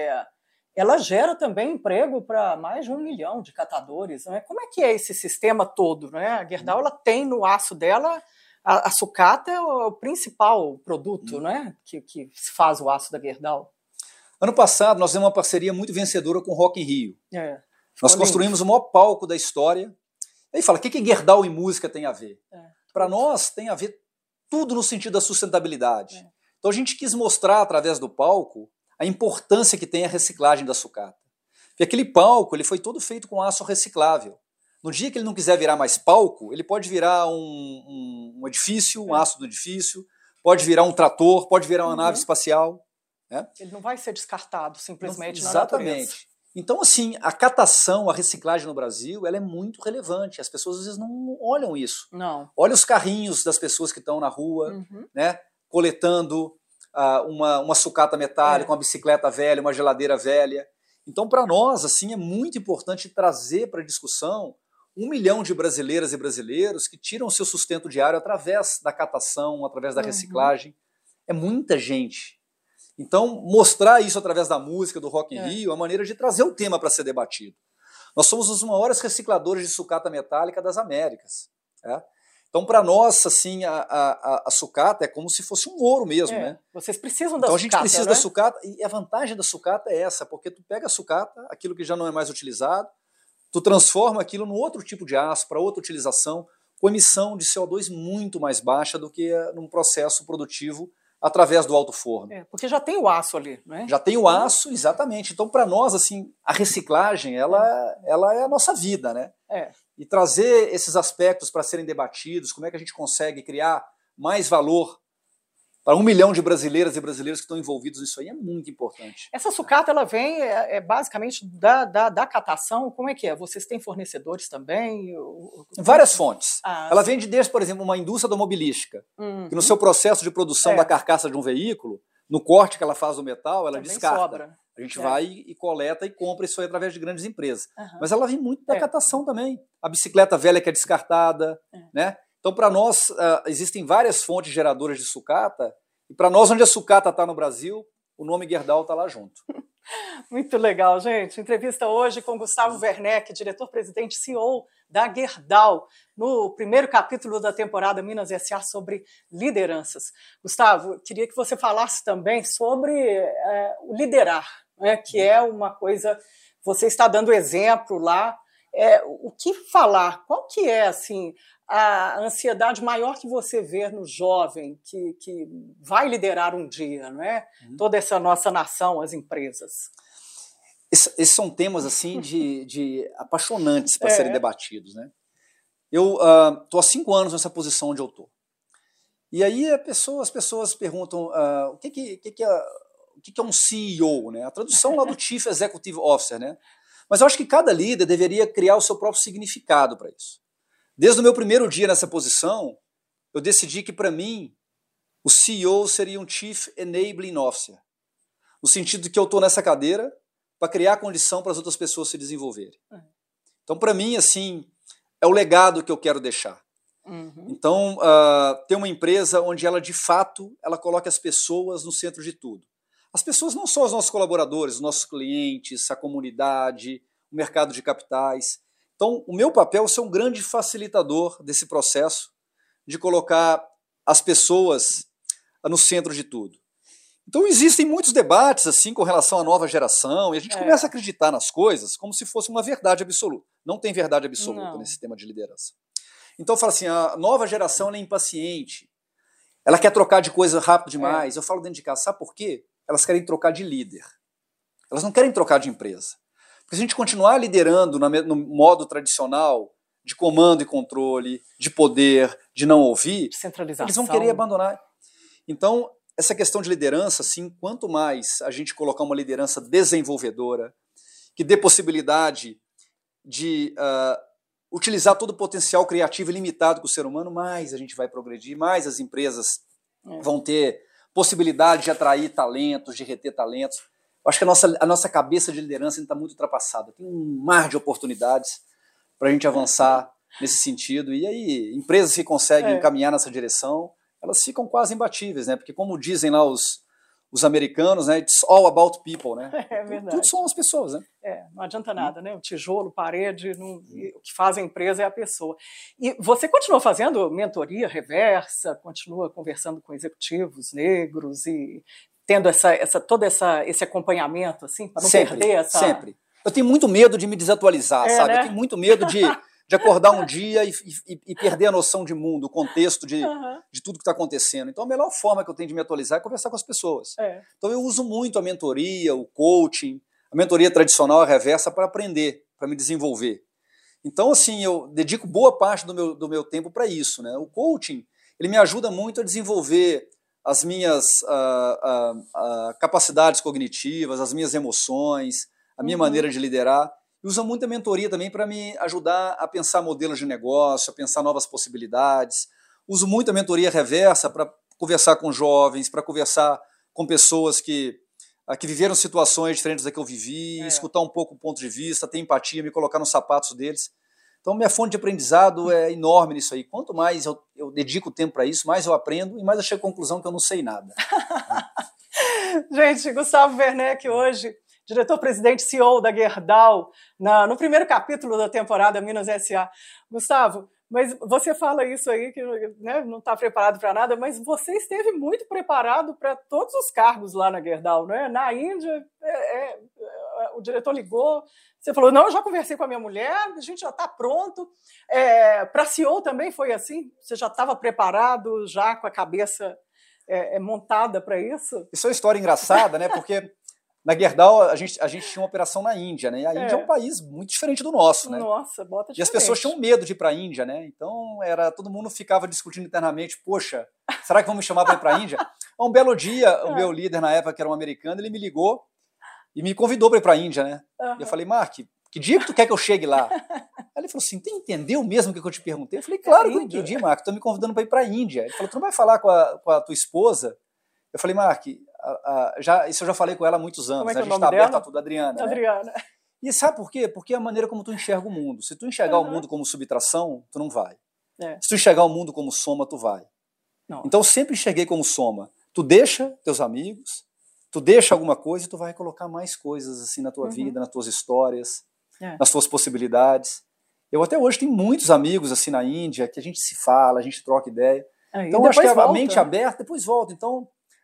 Ela gera também emprego para mais de 1 milhão de catadores. Né? Como é que é esse sistema todo? Né? A Gerdau ela tem no aço dela, a sucata é o principal produto né? que se faz o aço da Gerdau. Ano passado, nós temos uma parceria muito vencedora com o Rock in Rio. Nós construímos o maior palco da história. Aí fala, o que Gerdau e música tem a ver? Para nós, tem a ver tudo no sentido da sustentabilidade. Então a gente quis mostrar, através do palco, a importância que tem a reciclagem da sucata. Porque aquele palco ele foi todo feito com aço reciclável. No dia que ele não quiser virar mais palco, ele pode virar um edifício, um aço do edifício, pode virar um trator, pode virar uma nave espacial. Né? Ele não vai ser descartado simplesmente na natureza. Exatamente. Então, assim, a catação, a reciclagem no Brasil, ela é muito relevante. As pessoas, às vezes, não olham isso. Não. Olha os carrinhos das pessoas que estão na rua, né, coletando uma sucata metálica, uma bicicleta velha, uma geladeira velha. Então, para nós, assim, é muito importante trazer para a discussão 1 milhão de brasileiras e brasileiros que tiram o seu sustento diário através da catação, através da reciclagem. É muita gente. Então, mostrar isso através da música, do Rock in Rio, é uma maneira de trazer o tema para ser debatido. Nós somos os maiores recicladores de sucata metálica das Américas. Então, para nós, assim, a sucata é como se fosse um ouro mesmo. Né? Vocês precisam da sucata, Então, a gente precisa da sucata, e a vantagem da sucata é essa, porque tu pega a sucata, aquilo que já não é mais utilizado, tu transforma aquilo num outro tipo de aço, para outra utilização, com emissão de CO2 muito mais baixa do que num processo produtivo através do alto forno. Porque já tem o aço ali, né? Já tem o aço, exatamente. Então, para nós, assim, a reciclagem, ela é a nossa vida, né? E trazer esses aspectos para serem debatidos, como é que a gente consegue criar mais valor para 1 milhão de brasileiras e brasileiros que estão envolvidos nisso aí, é muito importante. Essa sucata, ela vem basicamente da catação, como é que é? Vocês têm fornecedores também? Várias fontes. Ela vem desde, por exemplo, uma indústria automobilística, que no seu processo de produção da carcaça de um veículo, no corte que ela faz do metal, ela também descarta. Sobra. A gente vai e coleta e compra isso aí através de grandes empresas. Mas ela vem muito da catação também. A bicicleta velha que é descartada, né? Então, para nós, existem várias fontes geradoras de sucata, e para nós, onde a sucata está no Brasil, o nome Gerdau está lá junto. Muito legal, gente. Entrevista hoje com Gustavo Werneck, diretor-presidente e CEO da Gerdau, no primeiro capítulo da temporada Minas S.A. sobre lideranças. Gustavo, queria que você falasse também sobre o liderar, né, que é uma coisa, você está dando exemplo lá. O que falar? Qual que é, assim, a ansiedade maior que você vê no jovem que vai liderar um dia, não é? Toda essa nossa nação, as empresas. Esses são temas assim de apaixonantes para serem debatidos, né? Eu estou há 5 anos nessa posição onde eu estou. E aí as pessoas perguntam o que é um CEO, né? A tradução lá do Chief Executive Officer, né? Mas eu acho que cada líder deveria criar o seu próprio significado para isso. Desde o meu primeiro dia nessa posição, eu decidi que, para mim, o CEO seria um Chief Enabling Officer. No sentido de que eu estou nessa cadeira para criar condição para as outras pessoas se desenvolverem. Então, para mim, assim, é o legado que eu quero deixar. Então, ter uma empresa onde ela, de fato, ela coloca as pessoas no centro de tudo. As pessoas não são os nossos colaboradores, os nossos clientes, a comunidade, o mercado de capitais. Então, o meu papel é ser um grande facilitador desse processo de colocar as pessoas no centro de tudo. Então, existem muitos debates assim com relação à nova geração e a gente começa a acreditar nas coisas como se fosse uma verdade absoluta. Não tem verdade absoluta nesse tema de liderança. Então eu falo assim, a nova geração ela é impaciente, ela quer trocar de coisa rápido demais. Eu falo dentro de casa, sabe por quê? Elas querem trocar de líder. Elas não querem trocar de empresa. Porque se a gente continuar liderando no modo tradicional, de comando e controle, de poder, de não ouvir, centralização, eles vão querer abandonar. Então, essa questão de liderança, assim, quanto mais a gente colocar uma liderança desenvolvedora, que dê possibilidade de utilizar todo o potencial criativo ilimitado que o ser humano, mais a gente vai progredir, mais as empresas vão ter possibilidade de atrair talentos, de reter talentos. Eu acho que a nossa cabeça de liderança está muito ultrapassada. Tem um mar de oportunidades para a gente avançar nesse sentido. E aí, empresas que conseguem caminhar nessa direção, elas ficam quase imbatíveis, né? Porque como dizem lá os americanos, né? It's all about people, né? É verdade. Tudo são as pessoas, né? Não adianta nada, né? O tijolo, parede, o que faz a empresa é a pessoa. E você continua fazendo mentoria reversa, continua conversando com executivos negros e tendo todo esse acompanhamento, assim, para não perder essa... Sempre. Eu tenho muito medo de me desatualizar, sabe? Né? Eu tenho muito medo de acordar um dia e perder a noção de mundo, o contexto de tudo que está acontecendo. Então, a melhor forma que eu tenho de me atualizar é conversar com as pessoas. Então, eu uso muito a mentoria, o coaching, a mentoria tradicional, a reversa, para aprender, para me desenvolver. Então, assim, eu dedico boa parte do meu tempo para isso, né? O coaching, ele me ajuda muito a desenvolver as minhas capacidades cognitivas, as minhas emoções, a minha maneira de liderar. E usa muito a mentoria também para me ajudar a pensar modelos de negócio, a pensar novas possibilidades. Uso muito a mentoria reversa para conversar com jovens, para conversar com pessoas que viveram situações diferentes da que eu vivi, escutar um pouco o ponto de vista, ter empatia, me colocar nos sapatos deles. Então, minha fonte de aprendizado é enorme nisso aí. Quanto mais eu dedico tempo para isso, mais eu aprendo e mais eu chego à conclusão que eu não sei nada. Gente, Gustavo Werneck hoje, diretor-presidente CEO da Gerdau, no primeiro capítulo da temporada Minas S.A. Gustavo, mas você fala isso aí, que, né, não está preparado para nada, mas você esteve muito preparado para todos os cargos lá na Gerdau, não é? Na Índia, o diretor ligou, você falou, não, eu já conversei com a minha mulher, a gente já está pronto. Para CEO também foi assim? Você já estava preparado, já com a cabeça montada para isso? Isso é uma história engraçada, né? Porque na Gerdau a gente tinha uma operação na Índia, né? E a Índia é um país muito diferente do nosso, né? Nossa, bota diferente. E as pessoas tinham medo de ir para a Índia, né? Então todo mundo ficava discutindo internamente, poxa, será que vão me chamar para ir para a Índia? Um belo dia, o meu líder na época, que era um americano, ele me ligou e me convidou para ir para a Índia, né? E eu falei, Mark, que dia que tu quer que eu chegue lá? Aí ele falou assim, tu entendeu mesmo o que eu te perguntei? Eu falei, claro que eu entendi, Mark, estou me convidando para ir para a Índia. Ele falou, tu não vai falar com a tua esposa? Eu falei, Mark, isso eu já falei com ela há muitos anos, a gente está aberto a tudo, Adriana. Adriana. Né? E sabe por quê? Porque é a maneira como tu enxerga o mundo. Se tu enxergar o mundo como subtração, tu não vai. Se tu enxergar o mundo como soma, tu vai. Não. Então eu sempre enxerguei como soma. Tu deixa teus amigos, tu deixa alguma coisa e tu vai colocar mais coisas assim na tua vida, nas tuas histórias, nas tuas possibilidades. Eu até hoje tenho muitos amigos assim na Índia, que a gente se fala, a gente troca ideia. Então eu acho que a mente aberta, depois volta. Então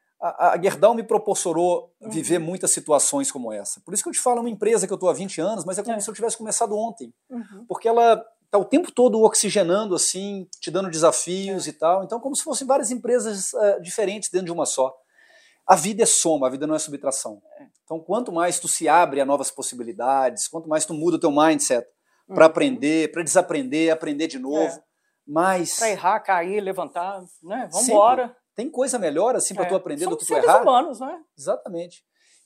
a Gerdau me proporcionou viver muitas situações como essa. Por isso que eu te falo, é uma empresa que eu estou há 20 anos, mas é como se eu tivesse começado ontem. Porque ela está o tempo todo oxigenando, assim, te dando desafios e tal. Então, como se fossem várias empresas diferentes dentro de uma só. A vida é soma, a vida não é subtração. Então, quanto mais tu se abre a novas possibilidades, quanto mais tu muda o teu mindset para aprender, para desaprender, aprender de novo, mais... Para errar, cair, levantar, né? Vamos embora. Tem coisa melhor, assim, para tu aprender do que tu errar? São seres humanos, né? Exatamente.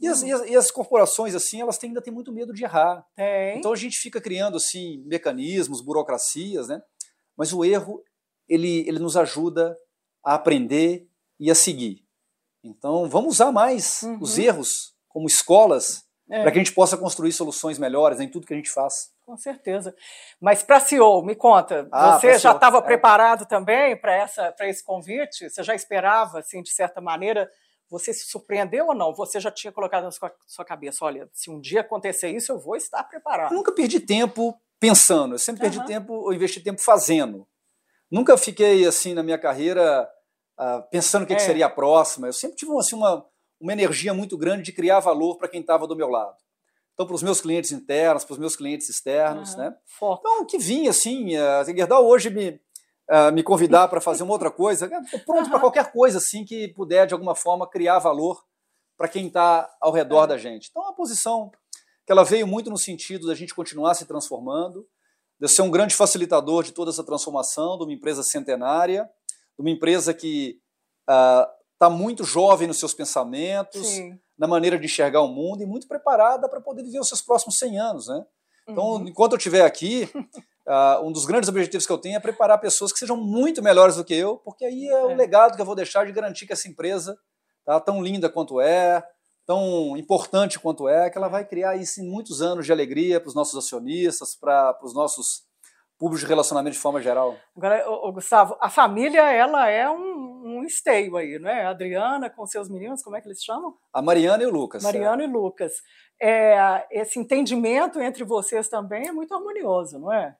E as corporações, assim, elas ainda têm muito medo de errar. Então a gente fica criando, assim, mecanismos, burocracias, né? Mas o erro, ele nos ajuda a aprender e a seguir. Então vamos usar mais os erros como escolas para que a gente possa construir soluções melhores em tudo que a gente faz. Com certeza. Mas para CEO, me conta, você já estava preparado também para esse convite? Você já esperava, assim, de certa maneira? Você se surpreendeu ou não? Você já tinha colocado na sua cabeça, olha, se um dia acontecer isso, eu vou estar preparado. Eu nunca perdi tempo pensando, eu sempre perdi tempo, eu investi tempo fazendo. Nunca fiquei, assim, na minha carreira pensando o que seria a próxima. Eu sempre tive, assim, uma energia muito grande de criar valor para quem estava do meu lado. Então, para os meus clientes internos, para os meus clientes externos, né? Então, o que vinha, assim, a Gerdau hoje me convidar para fazer uma outra coisa, estou pronto para qualquer coisa assim que puder, de alguma forma, criar valor para quem está ao redor da gente. Então, é uma posição que ela veio muito no sentido da gente continuar se transformando, de eu ser um grande facilitador de toda essa transformação, de uma empresa centenária, de uma empresa que está muito jovem nos seus pensamentos, Sim. na maneira de enxergar o mundo e muito preparada para poder viver os seus próximos 100 anos. Né? Então, enquanto eu estiver aqui, um dos grandes objetivos que eu tenho é preparar pessoas que sejam muito melhores do que eu, porque aí é o legado que eu vou deixar de garantir que essa empresa, tá, tão linda quanto é, tão importante quanto é, que ela vai criar isso em muitos anos de alegria para os nossos acionistas, para os nossos públicos de relacionamento de forma geral. Agora, Gustavo, a família, ela é um esteio aí, não é? A Adriana com seus meninos, como é que eles chamam? A Mariana e o Lucas. Mariana e Lucas. Esse entendimento entre vocês também é muito harmonioso, não é?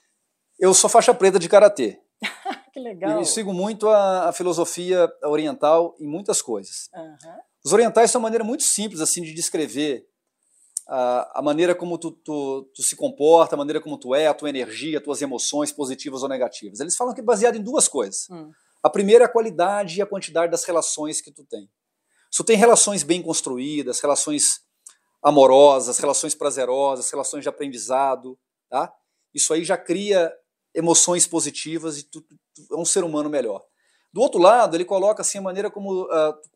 Eu sou faixa preta de karatê. Que legal. E sigo muito a filosofia oriental em muitas coisas. Os orientais têm uma maneira muito simples assim de descrever a maneira como tu se comporta, a maneira como tu é, a tua energia, as tuas emoções positivas ou negativas. Eles falam que é baseado em duas coisas. A primeira é a qualidade e a quantidade das relações que tu tem. Se tu tem relações bem construídas, relações amorosas, relações prazerosas, relações de aprendizado, tá? Isso aí já cria emoções positivas e tu é um ser humano melhor. Do outro lado, ele coloca assim, a maneira como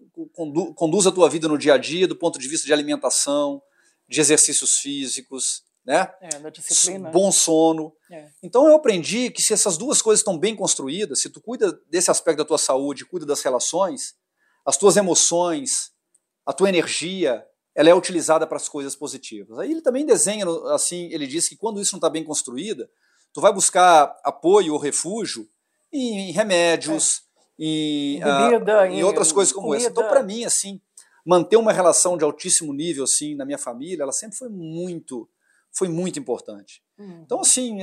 conduz a tua vida no dia a dia, do ponto de vista de alimentação, de exercícios físicos, né? Da disciplina. Bom sono. Então eu aprendi que se essas duas coisas estão bem construídas, se tu cuida desse aspecto da tua saúde, cuida das relações, as tuas emoções, a tua energia, ela é utilizada para as coisas positivas. Aí ele também desenha, assim, ele diz que quando isso não está bem construído, tu vai buscar apoio ou refúgio em remédios, em bebida, em outras coisas como essa. Então, para mim, assim, manter uma relação de altíssimo nível, assim, na minha família, ela sempre foi muito importante. Então, assim,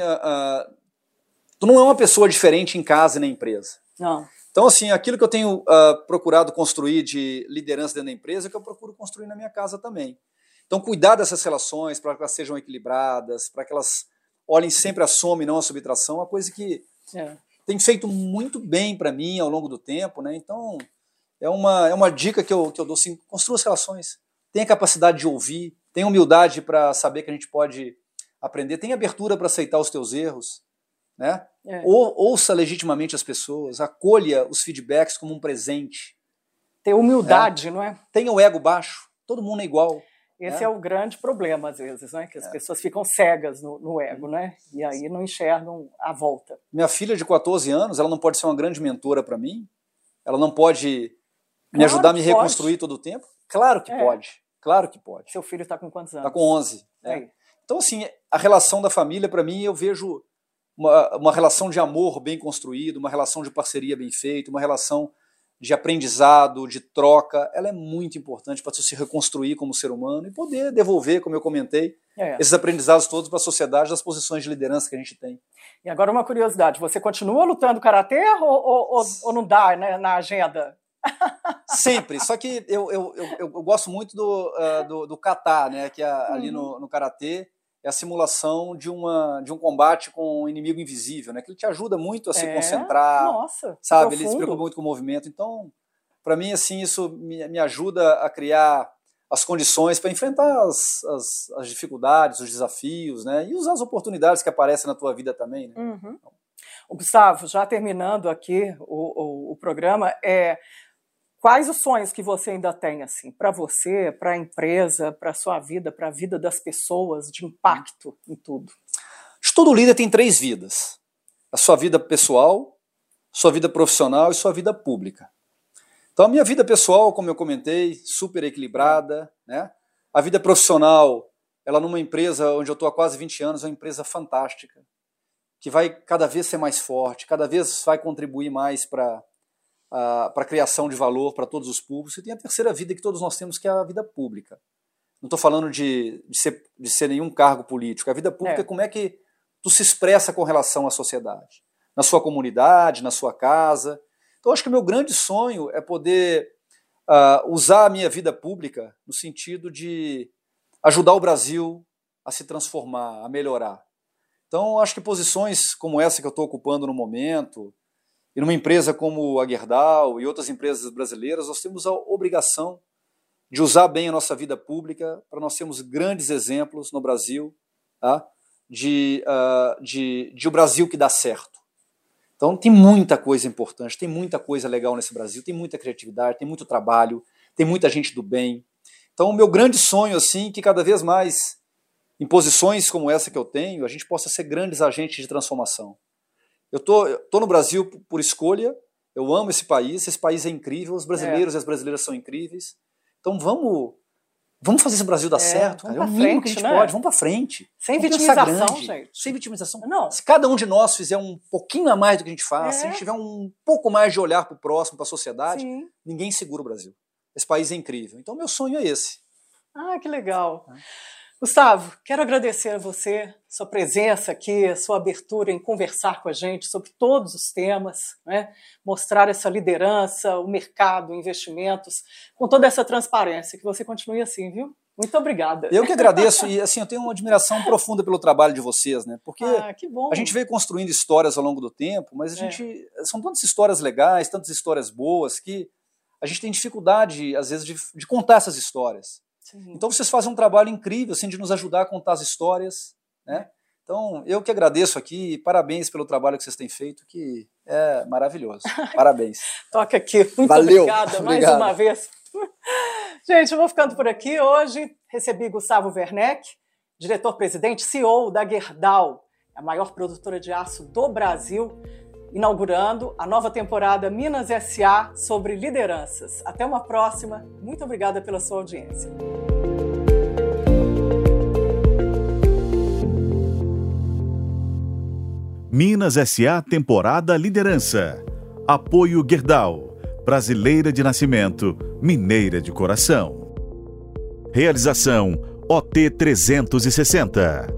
tu não é uma pessoa diferente em casa e na empresa. Não. Então, assim, aquilo que eu tenho procurado construir de liderança dentro da empresa é que eu procuro construir na minha casa também. Então, cuidar dessas relações para que elas sejam equilibradas, para que elas olhem sempre a soma e não a subtração, é uma coisa que tem feito muito bem para mim ao longo do tempo, né? Então, é uma dica que eu dou assim: construa as relações, tenha capacidade de ouvir, tenha humildade para saber que a gente pode aprender, tenha abertura para aceitar os teus erros, né? Ouça legitimamente as pessoas, acolha os feedbacks como um presente. Ter humildade, não é? Tenha o ego baixo, todo mundo é igual. Esse é o grande problema, às vezes, né? Que as pessoas ficam cegas no ego, né? E aí não enxergam a volta. Minha filha de 14 anos, ela não pode ser uma grande mentora para mim? Ela não pode me ajudar a me reconstruir todo o tempo? Claro que pode. Claro que pode. Seu filho está com quantos anos? Está com 11. Então, assim, a relação da família, para mim, eu vejo uma relação de amor bem construída, uma relação de parceria bem feita, uma relação de aprendizado, de troca. Ela é muito importante para tu se reconstruir como ser humano e poder devolver, como eu comentei, esses aprendizados todos para a sociedade, das posições de liderança que a gente tem. E agora uma curiosidade, você continua lutando karatê ou não dá, né, na agenda? Sempre, só que eu gosto muito do kata, né, que é ali no karatê, é a simulação de um combate com um inimigo invisível, né, que ele te ajuda muito a se concentrar, sabe, ele se preocupa muito com o movimento. Então, para mim, assim, isso me ajuda a criar as condições para enfrentar as dificuldades, os desafios, né, e usar as oportunidades que aparecem na tua vida também, né? Gustavo, já terminando aqui o programa, quais os sonhos que você ainda tem, assim, para você, para a empresa, para a sua vida, para a vida das pessoas, de impacto em tudo? Todo líder tem 3 vidas: a sua vida pessoal, sua vida profissional e sua vida pública. Então, a minha vida pessoal, como eu comentei, super equilibrada, né? A vida profissional, ela numa empresa onde eu estou há quase 20 anos, é uma empresa fantástica, que vai cada vez ser mais forte, cada vez vai contribuir mais para a criação de valor para todos os públicos. E tem a terceira vida que todos nós temos, que é a vida pública. Não estou falando de ser nenhum cargo político. A vida pública é como é que tu se expressa com relação à sociedade, na sua comunidade, na sua casa. Então, acho que o meu grande sonho é poder usar a minha vida pública no sentido de ajudar o Brasil a se transformar, a melhorar. Então, acho que posições como essa que eu estou ocupando no momento, E numa empresa como a Gerdau e outras empresas brasileiras, nós temos a obrigação de usar bem a nossa vida pública para nós termos grandes exemplos no Brasil, tá? de o Brasil que dá certo. Então tem muita coisa importante, tem muita coisa legal nesse Brasil, tem muita criatividade, tem muito trabalho, tem muita gente do bem. Então o meu grande sonho assim, que cada vez mais em posições como essa que eu tenho, a gente possa ser grandes agentes de transformação. Eu tô no Brasil por escolha, eu amo esse país é incrível, os brasileiros e as brasileiras são incríveis. Então vamos fazer esse Brasil dar certo, cara. É o mínimo que a gente pode, vamos para frente. Sem vitimização, gente. Sem vitimização. Não. Se cada um de nós fizer um pouquinho a mais do que a gente faz, se a gente tiver um pouco mais de olhar para o próximo, para a sociedade, ninguém segura o Brasil. Esse país é incrível. Então meu sonho é esse. Ah, que legal. Gustavo, quero agradecer a você, sua presença aqui, sua abertura em conversar com a gente sobre todos os temas, né? Mostrar essa liderança, o mercado, investimentos, com toda essa transparência. Que você continue assim, viu? Muito obrigada. Eu que agradeço e assim, eu tenho uma admiração profunda pelo trabalho de vocês, né? Porque que bom. A gente veio construindo histórias ao longo do tempo, mas são tantas histórias legais, tantas histórias boas, que a gente tem dificuldade, às vezes, de contar essas histórias. Sim. Então vocês fazem um trabalho incrível assim, de nos ajudar a contar as histórias, né? Então eu que agradeço aqui e parabéns pelo trabalho que vocês têm feito, que é maravilhoso. Parabéns. Toca aqui. Muito obrigada mais uma vez. Gente, eu vou ficando por aqui. Hoje recebi Gustavo Werneck, diretor-presidente, CEO da Gerdau, a maior produtora de aço do Brasil, inaugurando a nova temporada Minas S.A. sobre lideranças. Até uma próxima. Muito obrigada pela sua audiência. Minas S.A. temporada Liderança. Apoio Gerdau, brasileira de nascimento, mineira de coração. Realização OT 360.